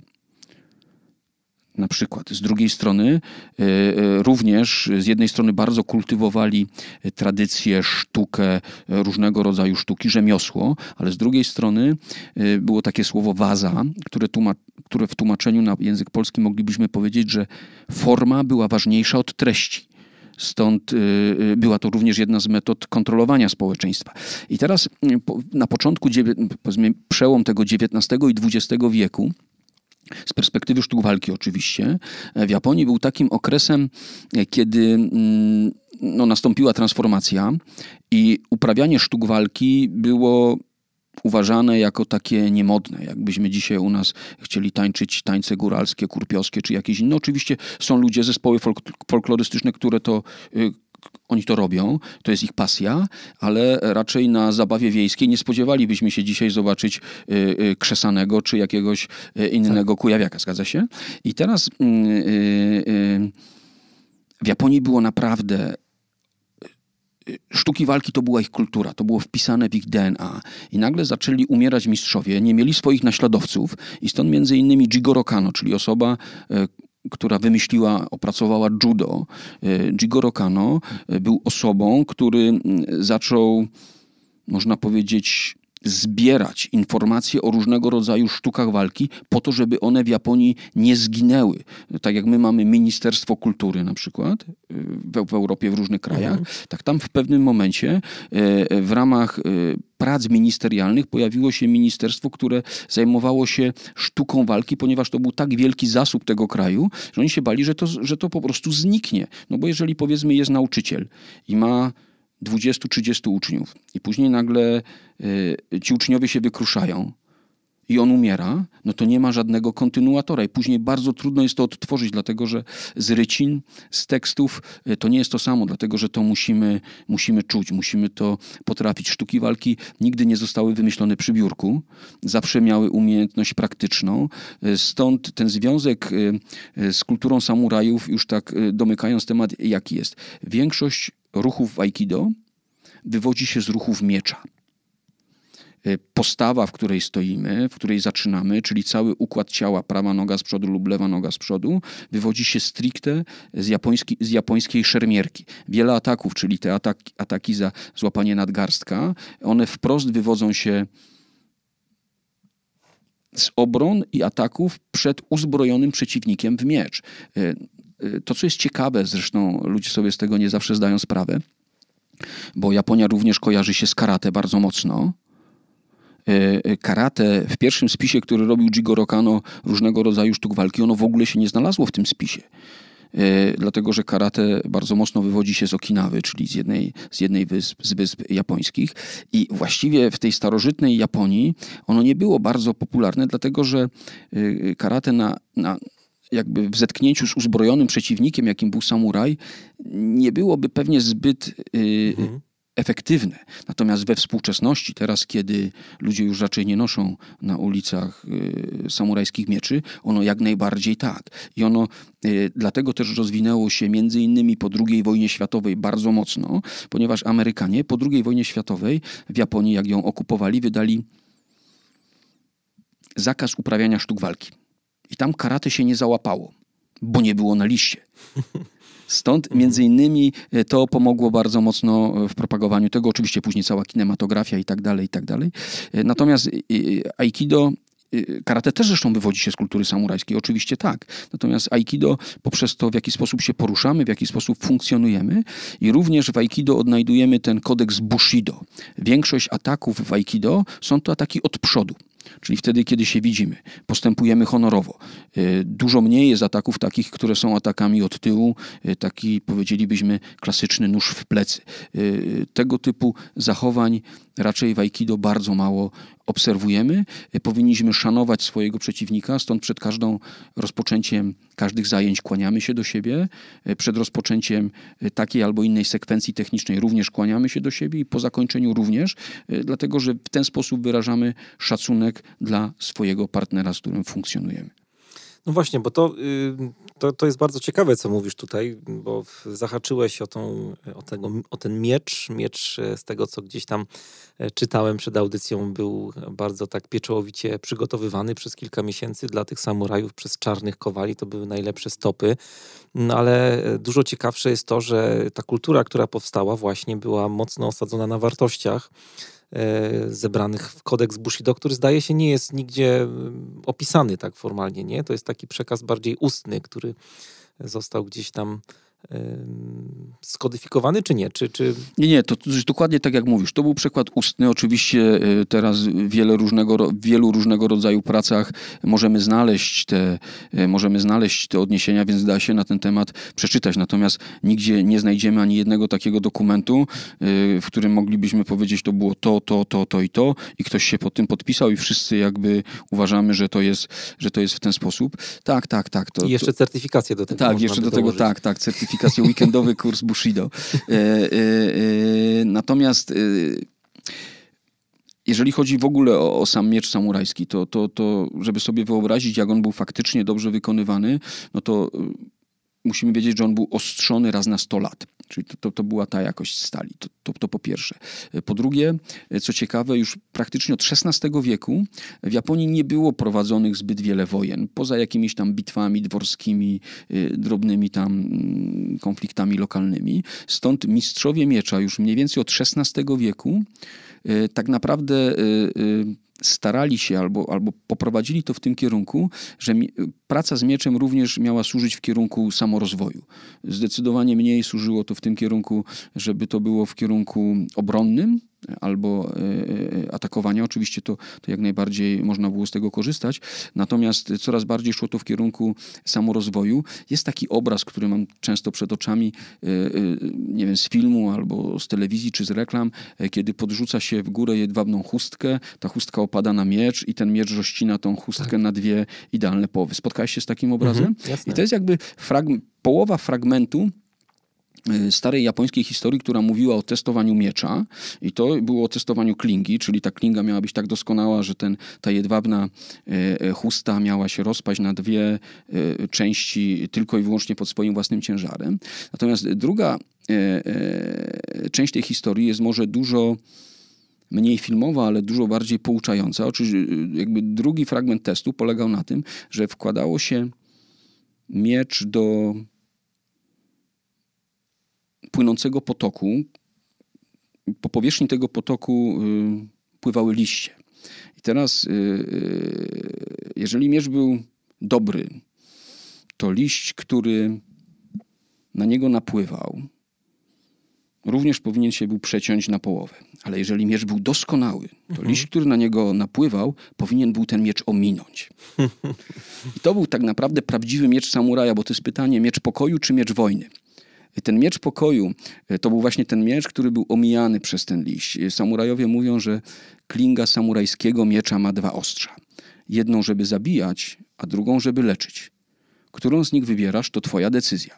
Na przykład. Z drugiej strony y, również z jednej strony bardzo kultywowali tradycję, sztukę, różnego rodzaju sztuki, rzemiosło, ale z drugiej strony y, było takie słowo waza, które, tłumacz, które w tłumaczeniu na język polski moglibyśmy powiedzieć, że forma była ważniejsza od treści. Stąd y, była to również jedna z metod kontrolowania społeczeństwa. I teraz y, po, na początku, powiedzmy, przełom tego dziewiętnastego i dwudziestego wieku, z perspektywy sztuk walki oczywiście, w Japonii był takim okresem, kiedy no, nastąpiła transformacja i uprawianie sztuk walki było uważane jako takie niemodne. Jakbyśmy dzisiaj u nas chcieli tańczyć tańce góralskie, kurpiowskie czy jakieś inne. Oczywiście są ludzie, zespoły folk- folklorystyczne, które to y, oni to robią, to jest ich pasja, ale raczej na zabawie wiejskiej nie spodziewalibyśmy się dzisiaj zobaczyć y, y, krzesanego czy jakiegoś y, innego tak. kujawiaka, zgadza się? I teraz y, y, y, w Japonii było naprawdę sztuki walki to była ich kultura, to było wpisane w ich D N A. I nagle zaczęli umierać mistrzowie, nie mieli swoich naśladowców i stąd między innymi Jigoro Kano, czyli osoba, która wymyśliła, opracowała judo. Jigoro Kano był osobą, który zaczął, można powiedzieć, zbierać informacje o różnego rodzaju sztukach walki po to, żeby one w Japonii nie zginęły. Tak jak my mamy Ministerstwo Kultury na przykład w, w Europie, w różnych krajach, mhm. tak tam w pewnym momencie w ramach prac ministerialnych pojawiło się ministerstwo, które zajmowało się sztuką walki, ponieważ to był tak wielki zasób tego kraju, że oni się bali, że to, że to po prostu zniknie. No bo jeżeli powiedzmy jest nauczyciel i ma dwudziestu trzydziestu uczniów i później nagle y, ci uczniowie się wykruszają i on umiera, no to nie ma żadnego kontynuatora i później bardzo trudno jest to odtworzyć, dlatego że z rycin, z tekstów y, to nie jest to samo, dlatego że to musimy, musimy czuć, musimy to potrafić. Sztuki walki nigdy nie zostały wymyślone przy biurku, zawsze miały umiejętność praktyczną, y, stąd ten związek y, y, z kulturą samurajów, już tak y, domykając temat, jaki jest. Większość ruchów w Aikido wywodzi się z ruchów miecza. Postawa, w której stoimy, w której zaczynamy, czyli cały układ ciała, prawa noga z przodu lub lewa noga z przodu, wywodzi się stricte z, japoński, z japońskiej szermierki. Wiele ataków, czyli te ataki, ataki za złapanie nadgarstka, one wprost wywodzą się z obron i ataków przed uzbrojonym przeciwnikiem w miecz. To, co jest ciekawe, zresztą ludzie sobie z tego nie zawsze zdają sprawę, bo Japonia również kojarzy się z karate bardzo mocno. Karate w pierwszym spisie, który robił Jigoro Kano różnego rodzaju sztuk walki, ono w ogóle się nie znalazło w tym spisie. Dlatego, że karate bardzo mocno wywodzi się z Okinawy, czyli z jednej, z jednej wysp, z wysp japońskich. I właściwie w tej starożytnej Japonii ono nie było bardzo popularne, dlatego że karate na... na jakby w zetknięciu z uzbrojonym przeciwnikiem, jakim był samuraj, nie byłoby pewnie zbyt y, mhm. efektywne. Natomiast we współczesności, teraz kiedy ludzie już raczej nie noszą na ulicach y, samurajskich mieczy, ono jak najbardziej tak. I ono y, dlatego też rozwinęło się między innymi po drugiej wojnie światowej bardzo mocno, ponieważ Amerykanie po drugiej wojnie światowej w Japonii, jak ją okupowali, wydali zakaz uprawiania sztuk walki. I tam karate się nie załapało, bo nie było na liście. Stąd między innymi to pomogło bardzo mocno w propagowaniu tego. Oczywiście później cała kinematografia i tak dalej, i tak dalej. Natomiast Aikido, karate też zresztą wywodzi się z kultury samurajskiej, oczywiście tak. Natomiast Aikido poprzez to, w jaki sposób się poruszamy, w jaki sposób funkcjonujemy i również w Aikido odnajdujemy ten kodeks Bushido. Większość ataków w Aikido są to ataki od przodu. Czyli wtedy, kiedy się widzimy, postępujemy honorowo. Dużo mniej jest ataków takich, które są atakami od tyłu, taki powiedzielibyśmy klasyczny nóż w plecy. Tego typu zachowań raczej w Aikido bardzo mało obserwujemy. Powinniśmy szanować swojego przeciwnika, stąd przed każdą rozpoczęciem każdych zajęć kłaniamy się do siebie. Przed rozpoczęciem takiej albo innej sekwencji technicznej również kłaniamy się do siebie i po zakończeniu również, dlatego że w ten sposób wyrażamy szacunek dla swojego partnera, z którym funkcjonujemy. No właśnie, bo to, to, to jest bardzo ciekawe, co mówisz tutaj, bo zahaczyłeś o, tą, o, tego, o ten miecz. Miecz z tego, co gdzieś tam czytałem przed audycją, był bardzo tak pieczołowicie przygotowywany przez kilka miesięcy dla tych samurajów, przez czarnych kowali. To były najlepsze stopy. No ale dużo ciekawsze jest to, że ta kultura, która powstała właśnie była mocno osadzona na wartościach zebranych w kodeks Bushido, który zdaje się nie jest nigdzie opisany tak formalnie, nie? To jest taki przekaz bardziej ustny, który został gdzieś tam skodyfikowany, czy nie? Czy, czy... Nie, nie, to, to dokładnie tak jak mówisz. To był przykład ustny. Oczywiście teraz wiele różnego, w wielu różnego rodzaju pracach możemy znaleźć te, możemy znaleźć te odniesienia, więc da się na ten temat przeczytać. Natomiast nigdzie nie znajdziemy ani jednego takiego dokumentu, w którym moglibyśmy powiedzieć, to było to, to, to, to i to i ktoś się pod tym podpisał i wszyscy jakby uważamy, że to jest, że to jest w ten sposób. Tak, tak, tak. To, I jeszcze to... certyfikację do tego. Tak, jeszcze do tego, dołożyć. tak, tak, certyfikację, weekendowy kurs Bushido. E, e, e, natomiast e, jeżeli chodzi w ogóle o, o sam miecz samurajski, to, to, to żeby sobie wyobrazić, jak on był faktycznie dobrze wykonywany, no to e, musimy wiedzieć, że on był ostrzony raz na sto lat. Czyli to, to, to była ta jakość stali. To, to, to po pierwsze. Po drugie, co ciekawe, już praktycznie od szesnastego wieku w Japonii nie było prowadzonych zbyt wiele wojen. Poza jakimiś tam bitwami dworskimi, drobnymi tam konfliktami lokalnymi. Stąd mistrzowie miecza już mniej więcej od szesnastego wieku tak naprawdę starali się albo, albo poprowadzili to w tym kierunku, że mi, praca z mieczem również miała służyć w kierunku samorozwoju. Zdecydowanie mniej służyło to w tym kierunku, żeby to było w kierunku obronnym albo e, atakowania. Oczywiście to, to jak najbardziej można było z tego korzystać. Natomiast coraz bardziej szło to w kierunku samorozwoju. Jest taki obraz, który mam często przed oczami, e, e, nie wiem, z filmu albo z telewizji czy z reklam, e, kiedy podrzuca się w górę jedwabną chustkę, ta chustka opada na miecz i ten miecz rozcina tą chustkę tak. na dwie idealne połowy. Spotkałeś się z takim obrazem? Mhm, I to jest jakby frag- połowa fragmentu starej japońskiej historii, która mówiła o testowaniu miecza i to było o testowaniu klingi, czyli ta klinga miała być tak doskonała, że ten, ta jedwabna e, chusta miała się rozpaść na dwie e, części tylko i wyłącznie pod swoim własnym ciężarem. Natomiast druga e, e, część tej historii jest może dużo mniej filmowa, ale dużo bardziej pouczająca. Oczywiście jakby drugi fragment testu polegał na tym, że wkładało się miecz do płynącego potoku. Po powierzchni tego potoku y, pływały liście. I teraz, y, y, jeżeli miecz był dobry, to liść, który na niego napływał, również powinien się był przeciąć na połowę. Ale jeżeli miecz był doskonały, to mhm. liść, który na niego napływał, powinien był ten miecz ominąć. I to był tak naprawdę prawdziwy miecz samuraja, bo to jest pytanie, miecz pokoju czy miecz wojny? Ten miecz pokoju to był właśnie ten miecz, który był omijany przez ten liść. Samurajowie mówią, że klinga samurajskiego miecza ma dwa ostrza. Jedną, żeby zabijać, a drugą, żeby leczyć. Którą z nich wybierasz, to twoja decyzja.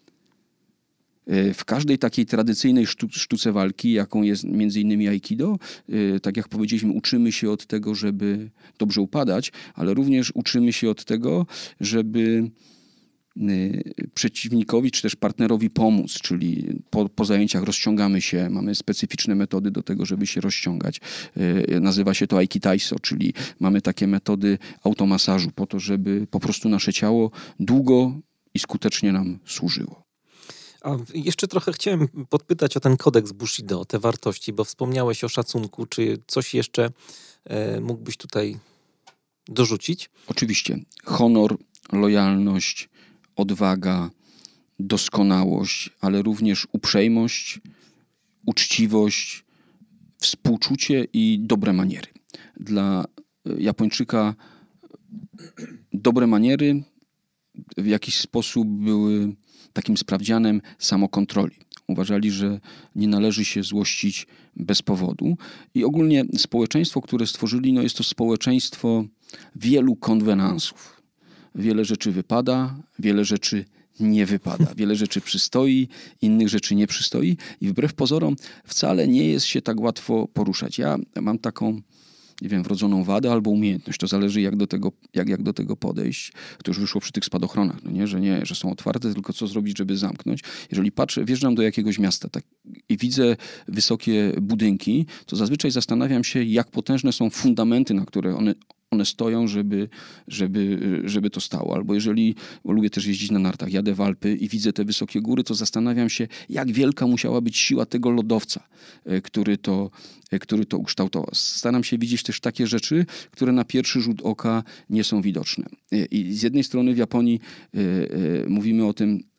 W każdej takiej tradycyjnej sztu, sztuce walki, jaką jest między innymi aikido, tak jak powiedzieliśmy, uczymy się od tego, żeby dobrze upadać, ale również uczymy się od tego, żeby przeciwnikowi czy też partnerowi pomóc, czyli po, po zajęciach rozciągamy się, mamy specyficzne metody do tego, żeby się rozciągać. Nazywa się to Aikitaiso, czyli mamy takie metody automasażu po to, żeby po prostu nasze ciało długo i skutecznie nam służyło. A jeszcze trochę chciałem podpytać o ten kodeks Bushido, o te wartości, bo wspomniałeś o szacunku. Czy coś jeszcze e, mógłbyś tutaj dorzucić? Oczywiście. Honor, lojalność, odwaga, doskonałość, ale również uprzejmość, uczciwość, współczucie i dobre maniery. Dla Japończyka dobre maniery w jakiś sposób były takim sprawdzianem samokontroli. Uważali, że nie należy się złościć bez powodu. I ogólnie społeczeństwo, które stworzyli, no jest to społeczeństwo wielu konwenansów. Wiele rzeczy wypada, wiele rzeczy nie wypada. Wiele rzeczy przystoi, innych rzeczy nie przystoi i wbrew pozorom wcale nie jest się tak łatwo poruszać. Ja mam taką, nie wiem, wrodzoną wadę albo umiejętność. To zależy, jak do tego, jak, jak do tego podejść. To już wyszło przy tych spadochronach, no nie? Że nie, że są otwarte, tylko co zrobić, żeby zamknąć. Jeżeli patrzę, wjeżdżam do jakiegoś miasta tak, i widzę wysokie budynki, to zazwyczaj zastanawiam się, jak potężne są fundamenty, na które one one stoją, żeby, żeby, żeby to stało. Albo jeżeli, bo lubię też jeździć na nartach, jadę w Alpy i widzę te wysokie góry, to zastanawiam się, jak wielka musiała być siła tego lodowca, który to, który to ukształtował. Staram się widzieć też takie rzeczy, które na pierwszy rzut oka nie są widoczne. I z jednej strony w Japonii y, y, mówimy o tym,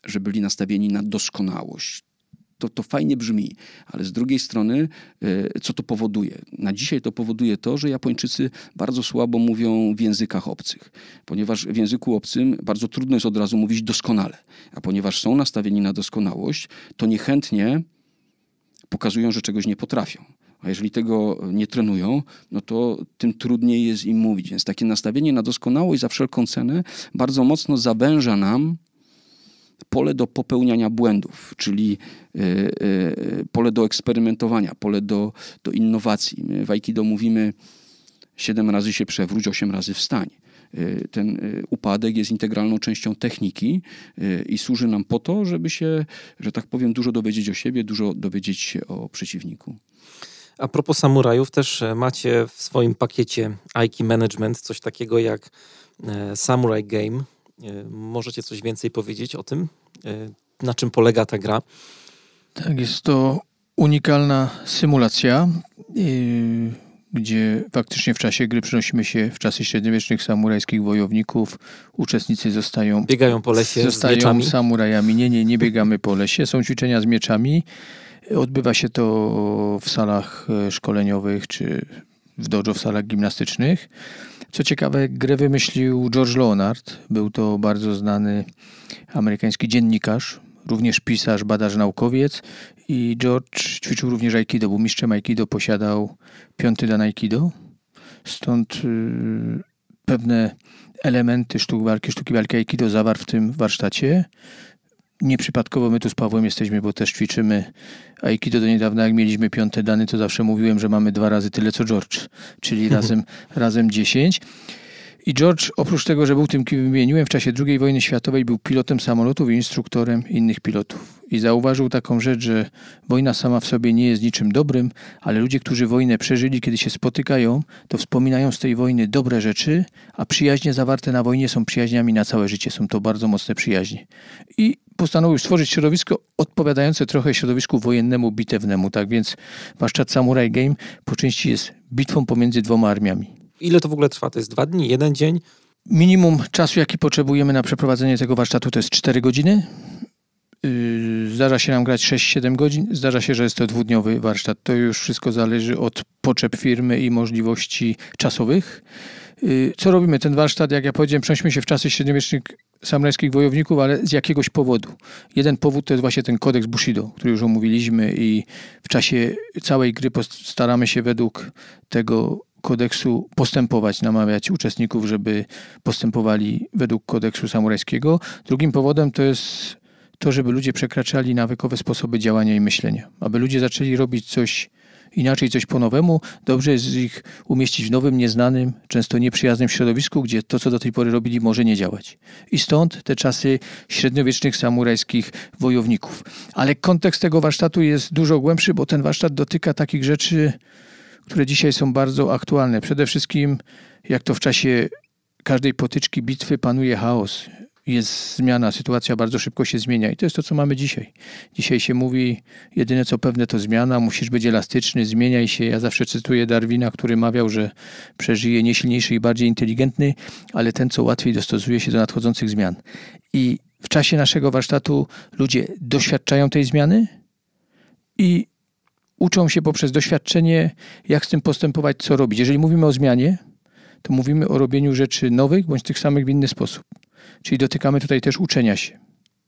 że byli nastawieni na doskonałość. To, to fajnie brzmi, ale z drugiej strony co to powoduje? Na dzisiaj to powoduje to, że Japończycy bardzo słabo mówią w językach obcych, ponieważ w języku obcym bardzo trudno jest od razu mówić doskonale, a ponieważ są nastawieni na doskonałość, to niechętnie pokazują, że czegoś nie potrafią. A jeżeli tego nie trenują, no to tym trudniej jest im mówić. Więc takie nastawienie na doskonałość za wszelką cenę bardzo mocno zawęża nam pole do popełniania błędów, czyli y, y, pole do eksperymentowania, pole do, do innowacji. My w Aikido mówimy siedem razy się przewróć, osiem razy wstań. Y, ten y, upadek jest integralną częścią techniki y, i służy nam po to, żeby się, że tak powiem, dużo dowiedzieć o siebie, dużo dowiedzieć się o przeciwniku. A propos samurajów, też macie w swoim pakiecie Aiki Management coś takiego jak Samurai Game. Możecie coś więcej powiedzieć o tym? Na czym polega ta gra? Tak, jest to unikalna symulacja, yy, gdzie faktycznie w czasie gry przenosimy się w czasy średniowiecznych samurajskich wojowników. Uczestnicy zostają... Biegają po lesie zostają z mieczami? samurajami. Nie, nie, nie biegamy po lesie. Są ćwiczenia z mieczami. Odbywa się to w salach szkoleniowych czy w dojo, w salach gimnastycznych. Co ciekawe, grę wymyślił George Leonard. Był to bardzo znany amerykański dziennikarz, również pisarz, badacz, naukowiec. I George ćwiczył również Aikido, był mistrzem Aikido, posiadał piąty dan Aikido. Stąd yy, pewne elementy sztuk walki, sztuki walki Aikido zawarł w tym warsztacie. Nieprzypadkowo my tu z Pawłem jesteśmy, bo też ćwiczymy Aikido do niedawna. Jak mieliśmy piąte dany, to zawsze mówiłem, że mamy dwa razy tyle co George, czyli razem, razem dziesięć. I George, oprócz tego, że był tym, kim wymieniłem, w czasie drugiej wojny światowej był pilotem samolotów i instruktorem innych pilotów. I zauważył taką rzecz, że wojna sama w sobie nie jest niczym dobrym, ale ludzie, którzy wojnę przeżyli, kiedy się spotykają, to wspominają z tej wojny dobre rzeczy, a przyjaźnie zawarte na wojnie są przyjaźniami na całe życie. Są to bardzo mocne przyjaźnie. I postanowił stworzyć środowisko odpowiadające trochę środowisku wojennemu, bitewnemu. Tak więc warsztat Samurai Game po części jest bitwą pomiędzy dwoma armiami. Ile to w ogóle trwa? To jest dwa dni, jeden dzień? Minimum czasu, jaki potrzebujemy na przeprowadzenie tego warsztatu, to jest cztery godziny. Zdarza się nam grać sześć siedem godzin. Zdarza się, że jest to dwudniowy warsztat. To już wszystko zależy od potrzeb firmy i możliwości czasowych. Co robimy? Ten warsztat, jak ja powiedziałem, przenosimy się w czasy średniowiecznych samurajskich wojowników, ale z jakiegoś powodu. Jeden powód to jest właśnie ten kodeks Bushido, który już omówiliśmy i w czasie całej gry staramy się według tego kodeksu postępować, namawiać uczestników, żeby postępowali według kodeksu samurajskiego. Drugim powodem to jest to, żeby ludzie przekraczali nawykowe sposoby działania i myślenia. Aby ludzie zaczęli robić coś inaczej, coś po nowemu, dobrze jest ich umieścić w nowym, nieznanym, często nieprzyjaznym środowisku, gdzie to, co do tej pory robili, może nie działać. I stąd te czasy średniowiecznych samurajskich wojowników. Ale kontekst tego warsztatu jest dużo głębszy, bo ten warsztat dotyka takich rzeczy, które dzisiaj są bardzo aktualne. Przede wszystkim, jak to w czasie każdej potyczki, bitwy panuje chaos. Jest zmiana, sytuacja bardzo szybko się zmienia i to jest to, co mamy dzisiaj. Dzisiaj się mówi, jedyne co pewne to zmiana, musisz być elastyczny, zmieniaj się. Ja zawsze cytuję Darwina, który mawiał, że przeżyje nie silniejszy i bardziej inteligentny, ale ten, co łatwiej dostosuje się do nadchodzących zmian. I w czasie naszego warsztatu ludzie doświadczają tej zmiany i uczą się poprzez doświadczenie, jak z tym postępować, co robić. Jeżeli mówimy o zmianie, to mówimy o robieniu rzeczy nowych, bądź tych samych w inny sposób. Czyli dotykamy tutaj też uczenia się.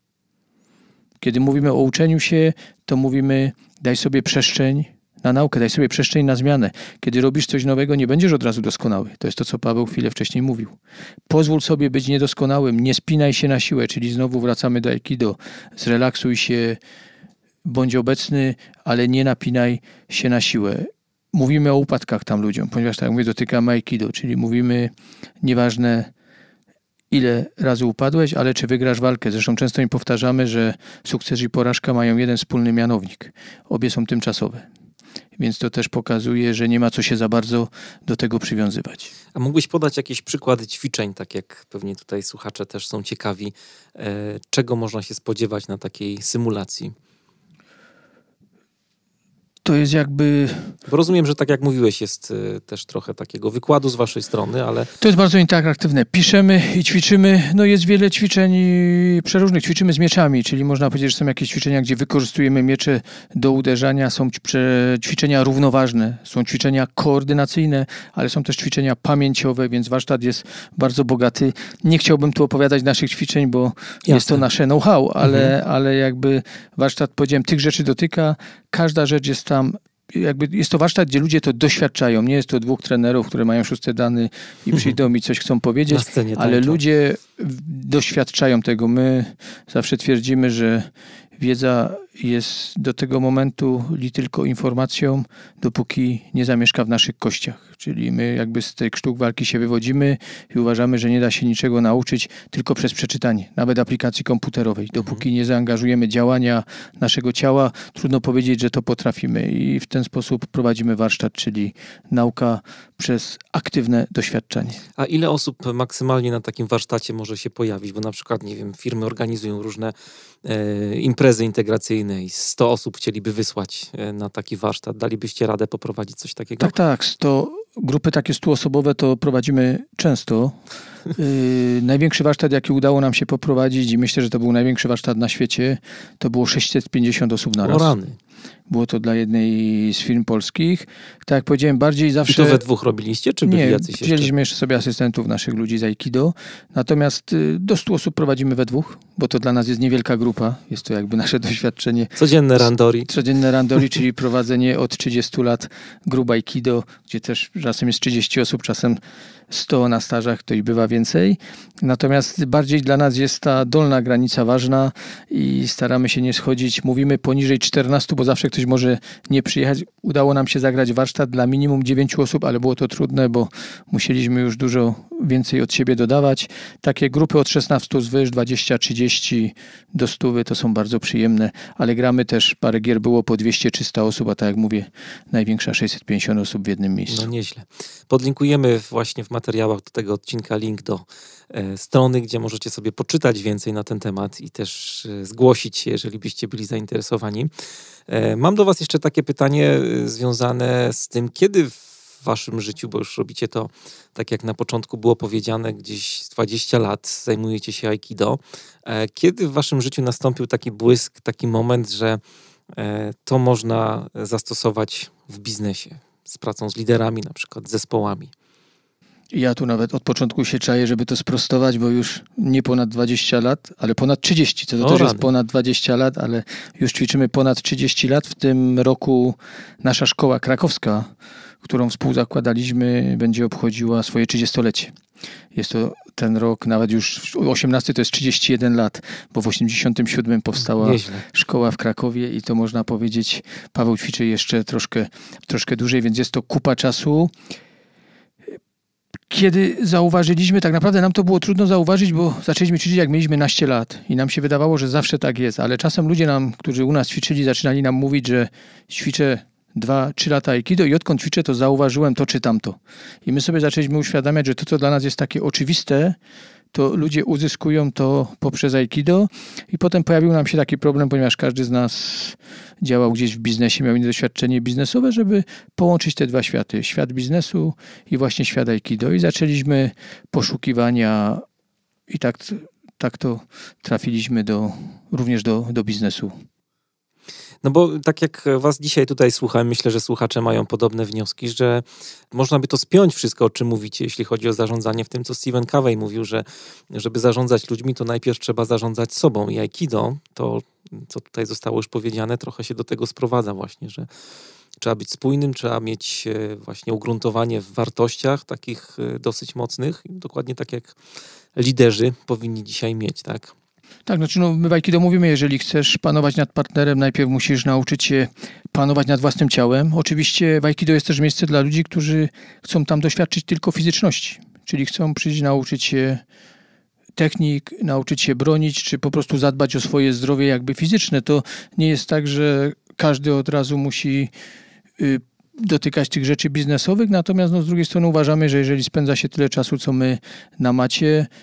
Kiedy mówimy o uczeniu się, to mówimy, daj sobie przestrzeń na naukę, daj sobie przestrzeń na zmianę. Kiedy robisz coś nowego, nie będziesz od razu doskonały. To jest to, co Paweł chwilę wcześniej mówił. Pozwól sobie być niedoskonałym, nie spinaj się na siłę, czyli znowu wracamy do Aikido. Zrelaksuj się, bądź obecny, ale nie napinaj się na siłę. Mówimy o upadkach tam ludziom, ponieważ tak jak mówię, dotykamy Aikido, czyli mówimy, nieważne ile razy upadłeś, ale czy wygrasz walkę. Zresztą często im powtarzamy, że sukces i porażka mają jeden wspólny mianownik. Obie są tymczasowe. Więc to też pokazuje, że nie ma co się za bardzo do tego przywiązywać. A mógłbyś podać jakieś przykłady ćwiczeń, tak jak pewnie tutaj słuchacze też są ciekawi, e, czego można się spodziewać na takiej symulacji? to jest jakby... Bo rozumiem, że tak jak mówiłeś, jest y, też trochę takiego wykładu z waszej strony, ale... To jest bardzo interaktywne. Piszemy i ćwiczymy. No jest wiele ćwiczeń przeróżnych. Ćwiczymy z mieczami, czyli można powiedzieć, że są jakieś ćwiczenia, gdzie wykorzystujemy miecze do uderzania. Są ćwiczenia równoważne, są ćwiczenia koordynacyjne, ale są też ćwiczenia pamięciowe, więc warsztat jest bardzo bogaty. Nie chciałbym tu opowiadać naszych ćwiczeń, bo Jasne. jest to nasze know-how, ale, mhm. ale jakby warsztat, powiedziałem, tych rzeczy dotyka. Każda rzecz jest tam, jakby jest to warsztat, gdzie ludzie to doświadczają. Nie jest to dwóch trenerów, które mają szóste dane i przyjdą i coś chcą powiedzieć, ale ludzie doświadczają tego. My zawsze twierdzimy, że wiedza jest do tego momentu li tylko informacją, dopóki nie zamieszka w naszych kościach. Czyli my jakby z tych sztuk walki się wywodzimy i uważamy, że nie da się niczego nauczyć tylko przez przeczytanie, nawet aplikacji komputerowej. Dopóki nie zaangażujemy działania naszego ciała, trudno powiedzieć, że to potrafimy. I w ten sposób prowadzimy warsztat, czyli nauka przez aktywne doświadczenie. A ile osób maksymalnie na takim warsztacie może się pojawić? Bo na przykład, nie wiem, firmy organizują różne e, imprezy integracyjne i sto osób chcieliby wysłać na taki warsztat. Dalibyście radę poprowadzić coś takiego? Tak, tak. sto grupy takie stuosobowe to prowadzimy często. Yy, największy warsztat, jaki udało nam się poprowadzić i myślę, że to był największy warsztat na świecie, to było sześćset pięćdziesiąt osób na raz. O rany. Było to dla jednej z firm polskich. Tak jak powiedziałem, bardziej zawsze... I to we dwóch robiliście, czy byli nie, jacyś jeszcze? wzięliśmy jeszcze sobie asystentów naszych ludzi z Aikido. Natomiast do stu osób prowadzimy we dwóch, bo to dla nas jest niewielka grupa. Jest to jakby nasze doświadczenie. Codzienne randori. Codzienne randori, czyli prowadzenie od trzydziestu lat grup Aikido, gdzie też czasem jest trzydzieści osób, czasem sto na stażach, to i bywa więcej. Natomiast bardziej dla nas jest ta dolna granica ważna i staramy się nie schodzić. Mówimy poniżej czternastu, bo zawsze ktoś może nie przyjechać. Udało nam się zagrać warsztat dla minimum dziewięciu osób, ale było to trudne, bo musieliśmy już dużo więcej od siebie dodawać. Takie grupy od szesnastu zwyż, dwadzieścia, trzydzieści do stu to są bardzo przyjemne, ale gramy też, parę gier było po dwieście trzysta osób, a tak jak mówię, największa sześćset pięćdziesiąt osób w jednym miejscu. No nieźle. Podlinkujemy właśnie w materiałach do tego odcinka link do e, strony, gdzie możecie sobie poczytać więcej na ten temat i też e, zgłosić się, jeżeli byście byli zainteresowani. E, mam do was jeszcze takie pytanie e, związane z tym, kiedy w waszym życiu, bo już robicie to, tak jak na początku było powiedziane, gdzieś dwadzieścia lat zajmujecie się Aikido. E, kiedy w waszym życiu nastąpił taki błysk, taki moment, że e, to można zastosować w biznesie, z pracą z liderami, na przykład z zespołami? Ja tu nawet od początku się czaję, żeby to sprostować, bo już nie ponad dwadzieścia lat, ale ponad trzydzieści. To, to też jest ponad dwadzieścia lat, ale już ćwiczymy ponad trzydzieści lat. W tym roku nasza szkoła krakowska, którą współzakładaliśmy, będzie obchodziła swoje trzydziestolecie. Jest to ten rok, nawet już osiemnasty to jest trzydzieści jeden lat, bo w osiemdziesiątym siódmym powstała Nieźle. szkoła w Krakowie i to można powiedzieć, Paweł ćwiczy jeszcze troszkę, troszkę dłużej, więc jest to kupa czasu. Kiedy zauważyliśmy, tak naprawdę nam to było trudno zauważyć, bo zaczęliśmy ćwiczyć jak mieliśmy naście lat i nam się wydawało, że zawsze tak jest, ale czasem ludzie nam, którzy u nas ćwiczyli, zaczynali nam mówić, że ćwiczę dwa, trzy lata Aikido i odkąd ćwiczę, to zauważyłem to czy tamto. I my sobie zaczęliśmy uświadamiać, że to, co dla nas jest takie oczywiste, to ludzie uzyskują to poprzez Aikido i potem pojawił nam się taki problem, ponieważ każdy z nas działał gdzieś w biznesie, miał inne doświadczenie biznesowe, żeby połączyć te dwa światy, świat biznesu i właśnie świat Aikido. I zaczęliśmy poszukiwania i tak, tak to trafiliśmy do, również do, do biznesu. No bo tak jak was dzisiaj tutaj słucham, myślę, że słuchacze mają podobne wnioski, że można by to spiąć wszystko, o czym mówicie, jeśli chodzi o zarządzanie, w tym, co Stephen Covey mówił, że żeby zarządzać ludźmi, to najpierw trzeba zarządzać sobą. I Aikido, to co tutaj zostało już powiedziane, trochę się do tego sprowadza właśnie, że trzeba być spójnym, trzeba mieć właśnie ugruntowanie w wartościach takich dosyć mocnych, dokładnie tak jak liderzy powinni dzisiaj mieć, tak? Tak, znaczy no, my w Aikido mówimy, jeżeli chcesz panować nad partnerem, najpierw musisz nauczyć się panować nad własnym ciałem. Oczywiście w Aikido jest też miejsce dla ludzi, którzy chcą tam doświadczyć tylko fizyczności, czyli chcą przyjść nauczyć się technik, nauczyć się bronić, czy po prostu zadbać o swoje zdrowie jakby fizyczne. To nie jest tak, że każdy od razu musi y, dotykać tych rzeczy biznesowych, natomiast no, z drugiej strony uważamy, że jeżeli spędza się tyle czasu, co my na macie,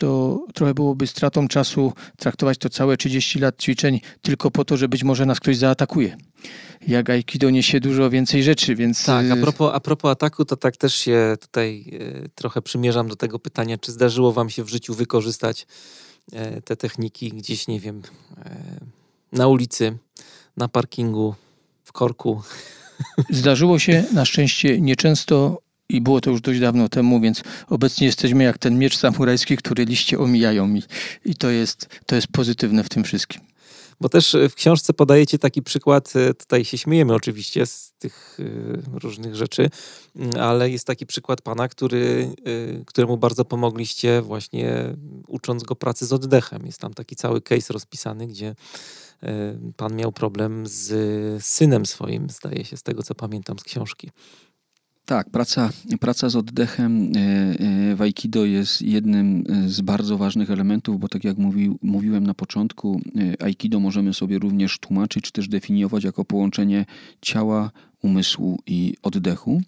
to trochę byłoby stratą czasu traktować to całe trzydzieści lat ćwiczeń tylko po to, że być może nas ktoś zaatakuje. Jak aikido niesie dużo więcej rzeczy, więc... Tak, a propos, a propos ataku, to tak też się tutaj e, trochę przymierzam do tego pytania, czy zdarzyło wam się w życiu wykorzystać e, te techniki gdzieś, nie wiem, e, na ulicy, na parkingu, w korku? Zdarzyło się na szczęście nieczęsto i było to już dość dawno temu, więc obecnie jesteśmy jak ten miecz samurajski, który liście omijają i, i to jest, to jest pozytywne w tym wszystkim. Bo też w książce podajecie taki przykład, tutaj się śmiejemy oczywiście z tych różnych rzeczy, ale jest taki przykład pana, który, któremu bardzo pomogliście właśnie ucząc go pracy z oddechem. Jest tam taki cały case rozpisany, gdzie pan miał problem z synem swoim, zdaje się, z tego co pamiętam z książki. Tak, praca, praca z oddechem w aikido jest jednym z bardzo ważnych elementów, bo tak jak mówi, mówiłem na początku, aikido możemy sobie również tłumaczyć, czy też definiować jako połączenie ciała, umysłu i oddechu.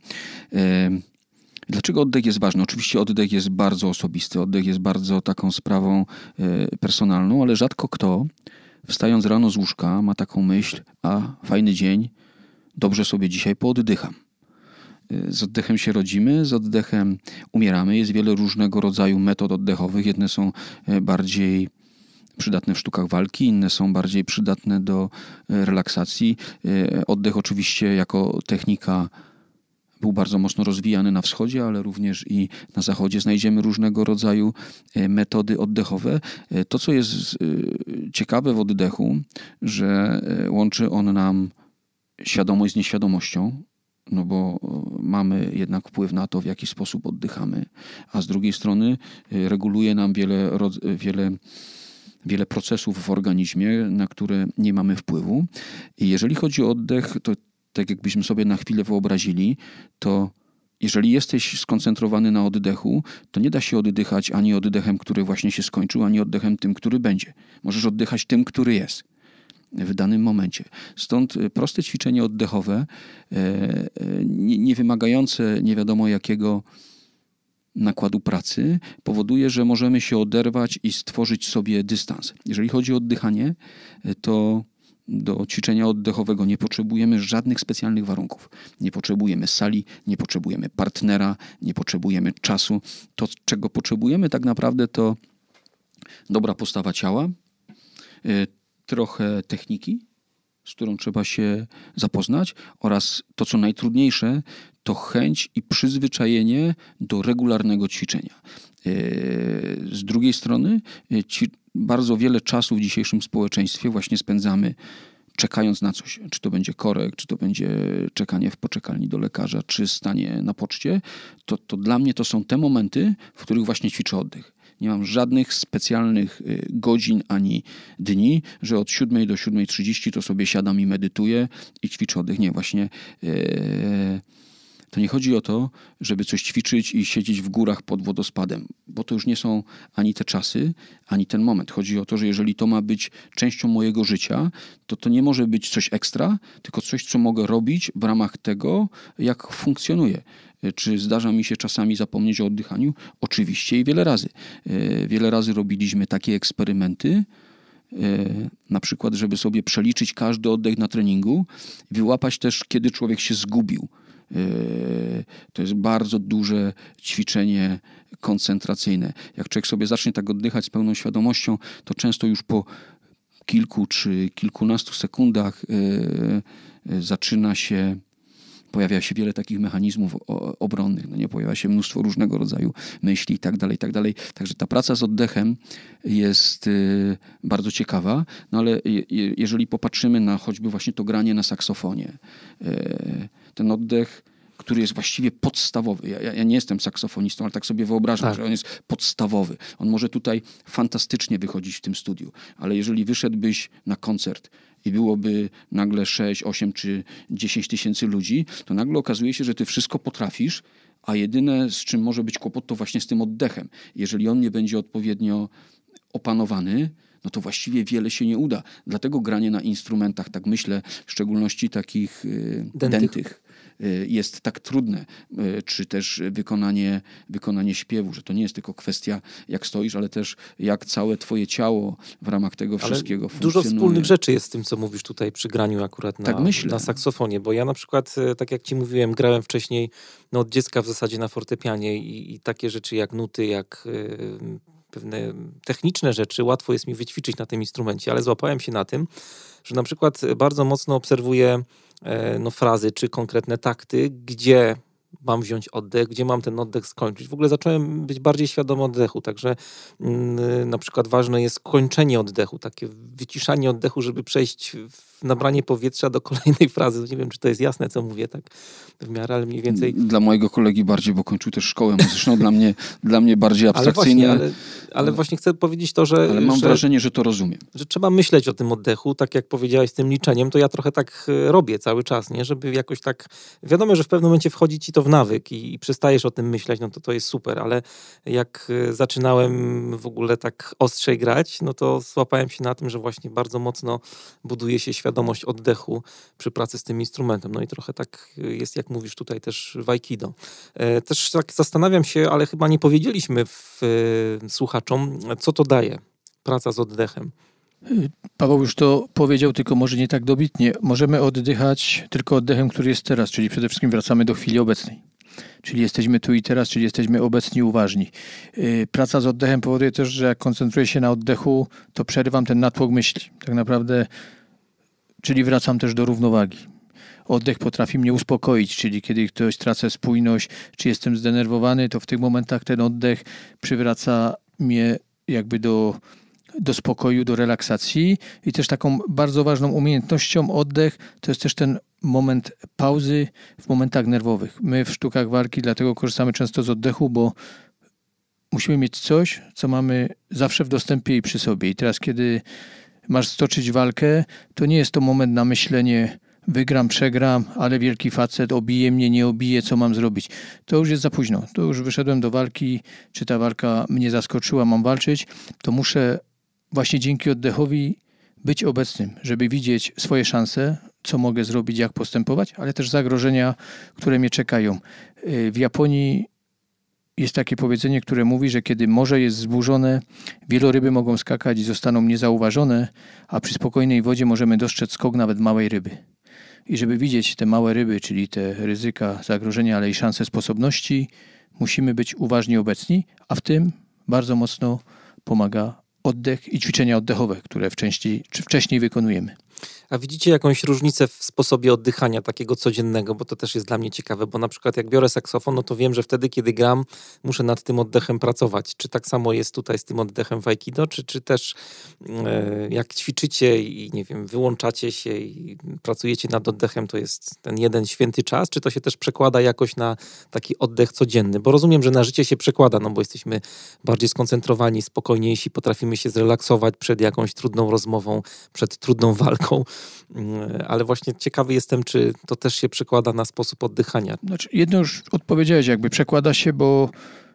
Dlaczego oddech jest ważny? Oczywiście oddech jest bardzo osobisty, oddech jest bardzo taką sprawą personalną, ale rzadko kto, wstając rano z łóżka, ma taką myśl, a fajny dzień, dobrze sobie dzisiaj pooddycham. Z oddechem się rodzimy, z oddechem umieramy. Jest wiele różnego rodzaju metod oddechowych. Jedne są bardziej przydatne w sztukach walki, inne są bardziej przydatne do relaksacji. Oddech oczywiście jako technika był bardzo mocno rozwijany na wschodzie, ale również i na zachodzie znajdziemy różnego rodzaju metody oddechowe. To, co jest ciekawe w oddechu, że łączy on nam świadomość z nieświadomością, no bo mamy jednak wpływ na to, w jaki sposób oddychamy, a z drugiej strony reguluje nam wiele, wiele, wiele procesów w organizmie, na które nie mamy wpływu. I jeżeli chodzi o oddech, to tak jakbyśmy sobie na chwilę wyobrazili, to jeżeli jesteś skoncentrowany na oddechu, to nie da się oddychać ani oddechem, który właśnie się skończył, ani oddechem tym, który będzie. Możesz oddychać tym, który jest w danym momencie. Stąd proste ćwiczenie oddechowe, nie wymagające nie wiadomo jakiego nakładu pracy, powoduje, że możemy się oderwać i stworzyć sobie dystans. Jeżeli chodzi o oddychanie, to do ćwiczenia oddechowego nie potrzebujemy żadnych specjalnych warunków. Nie potrzebujemy sali, nie potrzebujemy partnera, nie potrzebujemy czasu. To, czego potrzebujemy tak naprawdę, to dobra postawa ciała, trochę techniki, z którą trzeba się zapoznać, oraz to, co najtrudniejsze, to chęć i przyzwyczajenie do regularnego ćwiczenia. Z drugiej strony bardzo wiele czasu w dzisiejszym społeczeństwie właśnie spędzamy czekając na coś. Czy to będzie korek, czy to będzie czekanie w poczekalni do lekarza, czy stanie na poczcie. To, to dla mnie to są te momenty, w których właśnie ćwiczę oddech. Nie mam żadnych specjalnych godzin ani dni, że od siódmej do siódmej trzydzieści to sobie siadam i medytuję i ćwiczę oddech. Nie, właśnie e, to nie chodzi o to, żeby coś ćwiczyć i siedzieć w górach pod wodospadem, bo to już nie są ani te czasy, ani ten moment. Chodzi o to, że jeżeli to ma być częścią mojego życia, to to nie może być coś ekstra, tylko coś, co mogę robić w ramach tego, jak funkcjonuję. Czy zdarza mi się czasami zapomnieć o oddychaniu? Oczywiście i wiele razy. Wiele razy robiliśmy takie eksperymenty, na przykład, żeby sobie przeliczyć każdy oddech na treningu i wyłapać też, kiedy człowiek się zgubił. To jest bardzo duże ćwiczenie koncentracyjne. Jak człowiek sobie zacznie tak oddychać z pełną świadomością, to często już po kilku czy kilkunastu sekundach zaczyna się pojawia się wiele takich mechanizmów obronnych, no nie, pojawia się mnóstwo różnego rodzaju myśli i tak dalej, i tak dalej. Także ta praca z oddechem jest y, bardzo ciekawa, no ale je, jeżeli popatrzymy na choćby właśnie to granie na saksofonie, y, ten oddech, który jest właściwie podstawowy. Ja, ja nie jestem saksofonistą, ale tak sobie wyobrażam, tak, że on jest podstawowy. On może tutaj fantastycznie wychodzić w tym studiu, ale jeżeli wyszedłbyś na koncert i byłoby nagle sześć, osiem czy dziesięć tysięcy ludzi, to nagle okazuje się, że ty wszystko potrafisz, a jedyne, z czym może być kłopot, to właśnie z tym oddechem. Jeżeli on nie będzie odpowiednio opanowany, no to właściwie wiele się nie uda. Dlatego granie na instrumentach, tak myślę, w szczególności takich y, dętych. dętych, jest tak trudne, czy też wykonanie, wykonanie śpiewu, że to nie jest tylko kwestia jak stoisz, ale też jak całe twoje ciało w ramach tego ale wszystkiego dużo funkcjonuje. wspólnych rzeczy jest z tym, co mówisz tutaj przy graniu akurat na, Tak myślę. na saksofonie, bo ja na przykład, tak jak ci mówiłem, grałem wcześniej no od dziecka w zasadzie na fortepianie i, i takie rzeczy jak nuty, jak y, pewne techniczne rzeczy łatwo jest mi wyćwiczyć na tym instrumencie, ale złapałem się na tym, że na przykład bardzo mocno obserwuję no, frazy czy konkretne takty, gdzie mam wziąć oddech, gdzie mam ten oddech skończyć. W ogóle zacząłem być bardziej świadomy oddechu, także yy, na przykład ważne jest kończenie oddechu, takie wyciszanie oddechu, żeby przejść w nabranie powietrza do kolejnej frazy. Nie wiem, czy to jest jasne, co mówię, tak w miarę, ale mniej więcej... Dla mojego kolegi bardziej, bo kończył też szkołę muzyczną, dla mnie, dla mnie bardziej abstrakcyjne. Ale właśnie, ale, ale właśnie chcę powiedzieć to, że... Ale mam że, wrażenie, że to rozumiem. Że trzeba myśleć o tym oddechu, tak jak powiedziałeś z tym liczeniem, to ja trochę tak robię cały czas, nie? Żeby jakoś tak... Wiadomo, że w pewnym momencie wchodzi ci to w nawyk i, i przestajesz o tym myśleć, no to to jest super, ale jak zaczynałem w ogóle tak ostrzej grać, no to złapałem się na tym, że właśnie bardzo mocno buduje się świadomość oddechu przy pracy z tym instrumentem. No i trochę tak jest, jak mówisz tutaj też w Aikido. Też tak zastanawiam się, ale chyba nie powiedzieliśmy w, słuchaczom, co to daje praca z oddechem. Paweł już to powiedział, tylko może nie tak dobitnie. Możemy oddychać tylko oddechem, który jest teraz, czyli przede wszystkim wracamy do chwili obecnej. Czyli jesteśmy tu i teraz, czyli jesteśmy obecni, uważni. Praca z oddechem powoduje też, że jak koncentruję się na oddechu, to przerywam ten natłok myśli. Tak naprawdę, czyli wracam też do równowagi. Oddech potrafi mnie uspokoić, czyli kiedy ktoś tracę spójność, czy jestem zdenerwowany, to w tych momentach ten oddech przywraca mnie jakby do, do spokoju, do relaksacji. I też taką bardzo ważną umiejętnością oddech to jest też ten moment pauzy w momentach nerwowych. My w sztukach walki dlatego korzystamy często z oddechu, bo musimy mieć coś, co mamy zawsze w dostępie i przy sobie. I teraz, kiedy masz stoczyć walkę, to nie jest to moment na myślenie wygram, przegram, ale wielki facet obije mnie, nie obije, co mam zrobić. To już jest za późno. To już wyszedłem do walki, czy ta walka mnie zaskoczyła, mam walczyć, to muszę właśnie dzięki oddechowi być obecnym, żeby widzieć swoje szanse, co mogę zrobić, jak postępować, ale też zagrożenia, które mnie czekają. W Japonii jest takie powiedzenie, które mówi, że kiedy morze jest zburzone, wieloryby mogą skakać i zostaną niezauważone, a przy spokojnej wodzie możemy dostrzec skok nawet małej ryby. I żeby widzieć te małe ryby, czyli te ryzyka, zagrożenia, ale i szanse sposobności, musimy być uważnie obecni, a w tym bardzo mocno pomaga oddech i ćwiczenia oddechowe, które wcześniej, czy wcześniej wykonujemy. A widzicie jakąś różnicę w sposobie oddychania takiego codziennego, bo to też jest dla mnie ciekawe, bo na przykład jak biorę saksofon, no to wiem, że wtedy, kiedy gram, muszę nad tym oddechem pracować. Czy tak samo jest tutaj z tym oddechem w Aikido, czy, czy też e, jak ćwiczycie i nie wiem, wyłączacie się i pracujecie nad oddechem, to jest ten jeden święty czas, czy to się też przekłada jakoś na taki oddech codzienny? Bo rozumiem, że na życie się przekłada, no bo jesteśmy bardziej skoncentrowani, spokojniejsi, potrafimy się zrelaksować przed jakąś trudną rozmową, przed trudną walką. Ale właśnie ciekawy jestem, czy to też się przekłada na sposób oddychania. Znaczy, jedno już odpowiedziałeś, jakby przekłada się, bo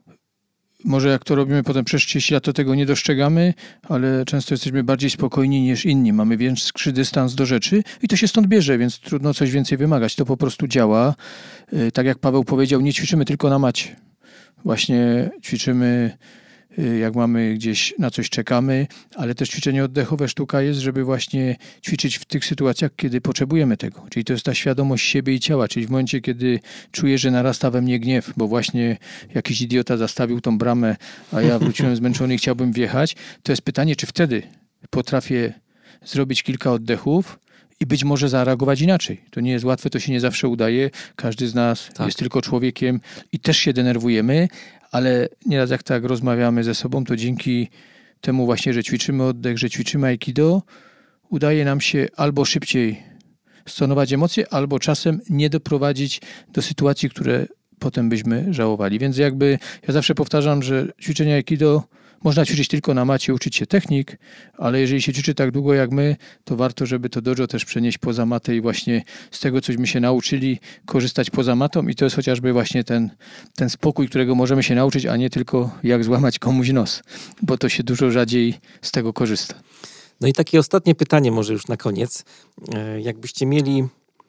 może jak to robimy potem przez trzydzieści lat, to tego nie dostrzegamy, ale często jesteśmy bardziej spokojni niż inni. Mamy większy dystans do rzeczy i to się stąd bierze, więc trudno coś więcej wymagać. To po prostu działa. Tak jak Paweł powiedział, nie ćwiczymy tylko na macie. Właśnie ćwiczymy, jak mamy gdzieś na coś czekamy, ale też ćwiczenie oddechowe sztuka jest, żeby właśnie ćwiczyć w tych sytuacjach, kiedy potrzebujemy tego. Czyli to jest ta świadomość siebie i ciała, czyli w momencie, kiedy czuję, że narasta we mnie gniew, bo właśnie jakiś idiota zastawił tą bramę, a ja wróciłem zmęczony i chciałbym wjechać, to jest pytanie, czy wtedy potrafię zrobić kilka oddechów i być może zareagować inaczej. To nie jest łatwe, to się nie zawsze udaje. Każdy z nas tak. jest tylko człowiekiem i też się denerwujemy, ale nieraz jak tak rozmawiamy ze sobą, to dzięki temu właśnie, że ćwiczymy oddech, że ćwiczymy Aikido, udaje nam się albo szybciej stonować emocje, albo czasem nie doprowadzić do sytuacji, które potem byśmy żałowali. Więc jakby ja zawsze powtarzam, że ćwiczenie Aikido można ćwiczyć tylko na macie, uczyć się technik, ale jeżeli się ćwiczy tak długo jak my, to warto, żeby to dojo też przenieść poza matę i właśnie z tego, cośmy się nauczyli, korzystać poza matą i to jest chociażby właśnie ten, ten spokój, którego możemy się nauczyć, a nie tylko jak złamać komuś nos, bo to się dużo rzadziej z tego korzysta. No i takie ostatnie pytanie może już na koniec. Jakbyście mieli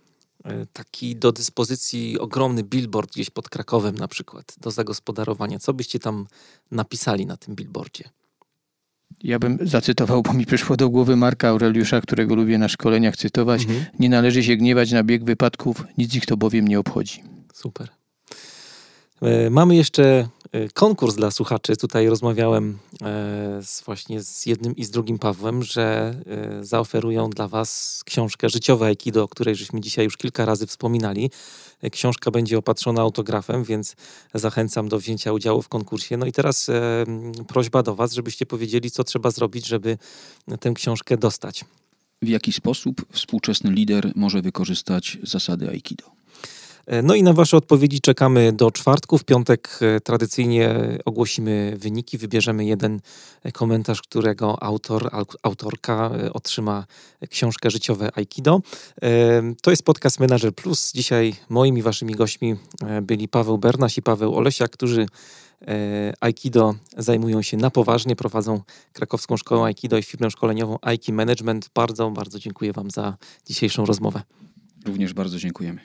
taki do dyspozycji ogromny billboard gdzieś pod Krakowem na przykład do zagospodarowania. Co byście tam napisali na tym billboardzie? Ja bym zacytował, bo mi przyszło do głowy Marka Aureliusza, którego lubię na szkoleniach cytować. Mhm. Nie należy się gniewać na bieg wypadków, nic ich to bowiem nie obchodzi. Super. Mamy jeszcze konkurs dla słuchaczy. Tutaj rozmawiałem z, właśnie z jednym i z drugim Pawłem, że zaoferują dla was książkę Życiowe Aikido, o której żeśmy dzisiaj już kilka razy wspominali. Książka będzie opatrzona autografem, więc zachęcam do wzięcia udziału w konkursie. No i teraz e, prośba do was, żebyście powiedzieli, co trzeba zrobić, żeby tę książkę dostać. W jaki sposób współczesny lider może wykorzystać zasady Aikido? No i na wasze odpowiedzi czekamy do czwartku. W piątek tradycyjnie ogłosimy wyniki. Wybierzemy jeden komentarz, którego autor, autorka otrzyma książkę Życiowe Aikido. To jest podcast Menadżer Plus. Dzisiaj moimi waszymi gośćmi byli Paweł Bernaś i Paweł Olesiak, którzy Aikido zajmują się na poważnie, prowadzą Krakowską Szkołę Aikido i firmę szkoleniową Aiki Management. Bardzo, bardzo dziękuję wam za dzisiejszą rozmowę. Również bardzo dziękujemy.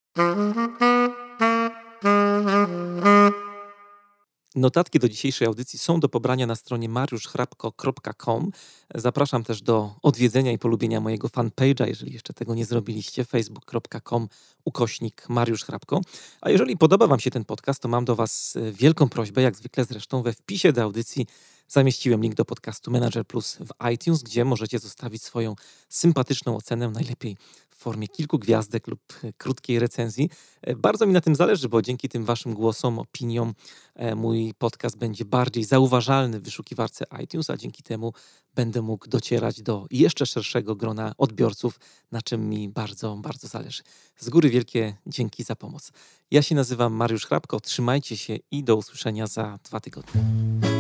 Notatki do dzisiejszej audycji są do pobrania na stronie mariusz chrapko kropka com. Zapraszam też do odwiedzenia i polubienia mojego fanpage'a, jeżeli jeszcze tego nie zrobiliście, facebook kropka com ukośnik Mariusz Chrapko. A jeżeli podoba wam się ten podcast, to mam do was wielką prośbę, jak zwykle zresztą we wpisie do audycji zamieściłem link do podcastu Menadżer Plus w iTunes, gdzie możecie zostawić swoją sympatyczną ocenę, najlepiej w formie kilku gwiazdek lub krótkiej recenzji. Bardzo mi na tym zależy, bo dzięki tym waszym głosom, opiniom mój podcast będzie bardziej zauważalny w wyszukiwarce iTunes, a dzięki temu będę mógł docierać do jeszcze szerszego grona odbiorców, na czym mi bardzo, bardzo zależy. Z góry wielkie dzięki za pomoc. Ja się nazywam Mariusz Chrapko, trzymajcie się i do usłyszenia za dwa tygodnie.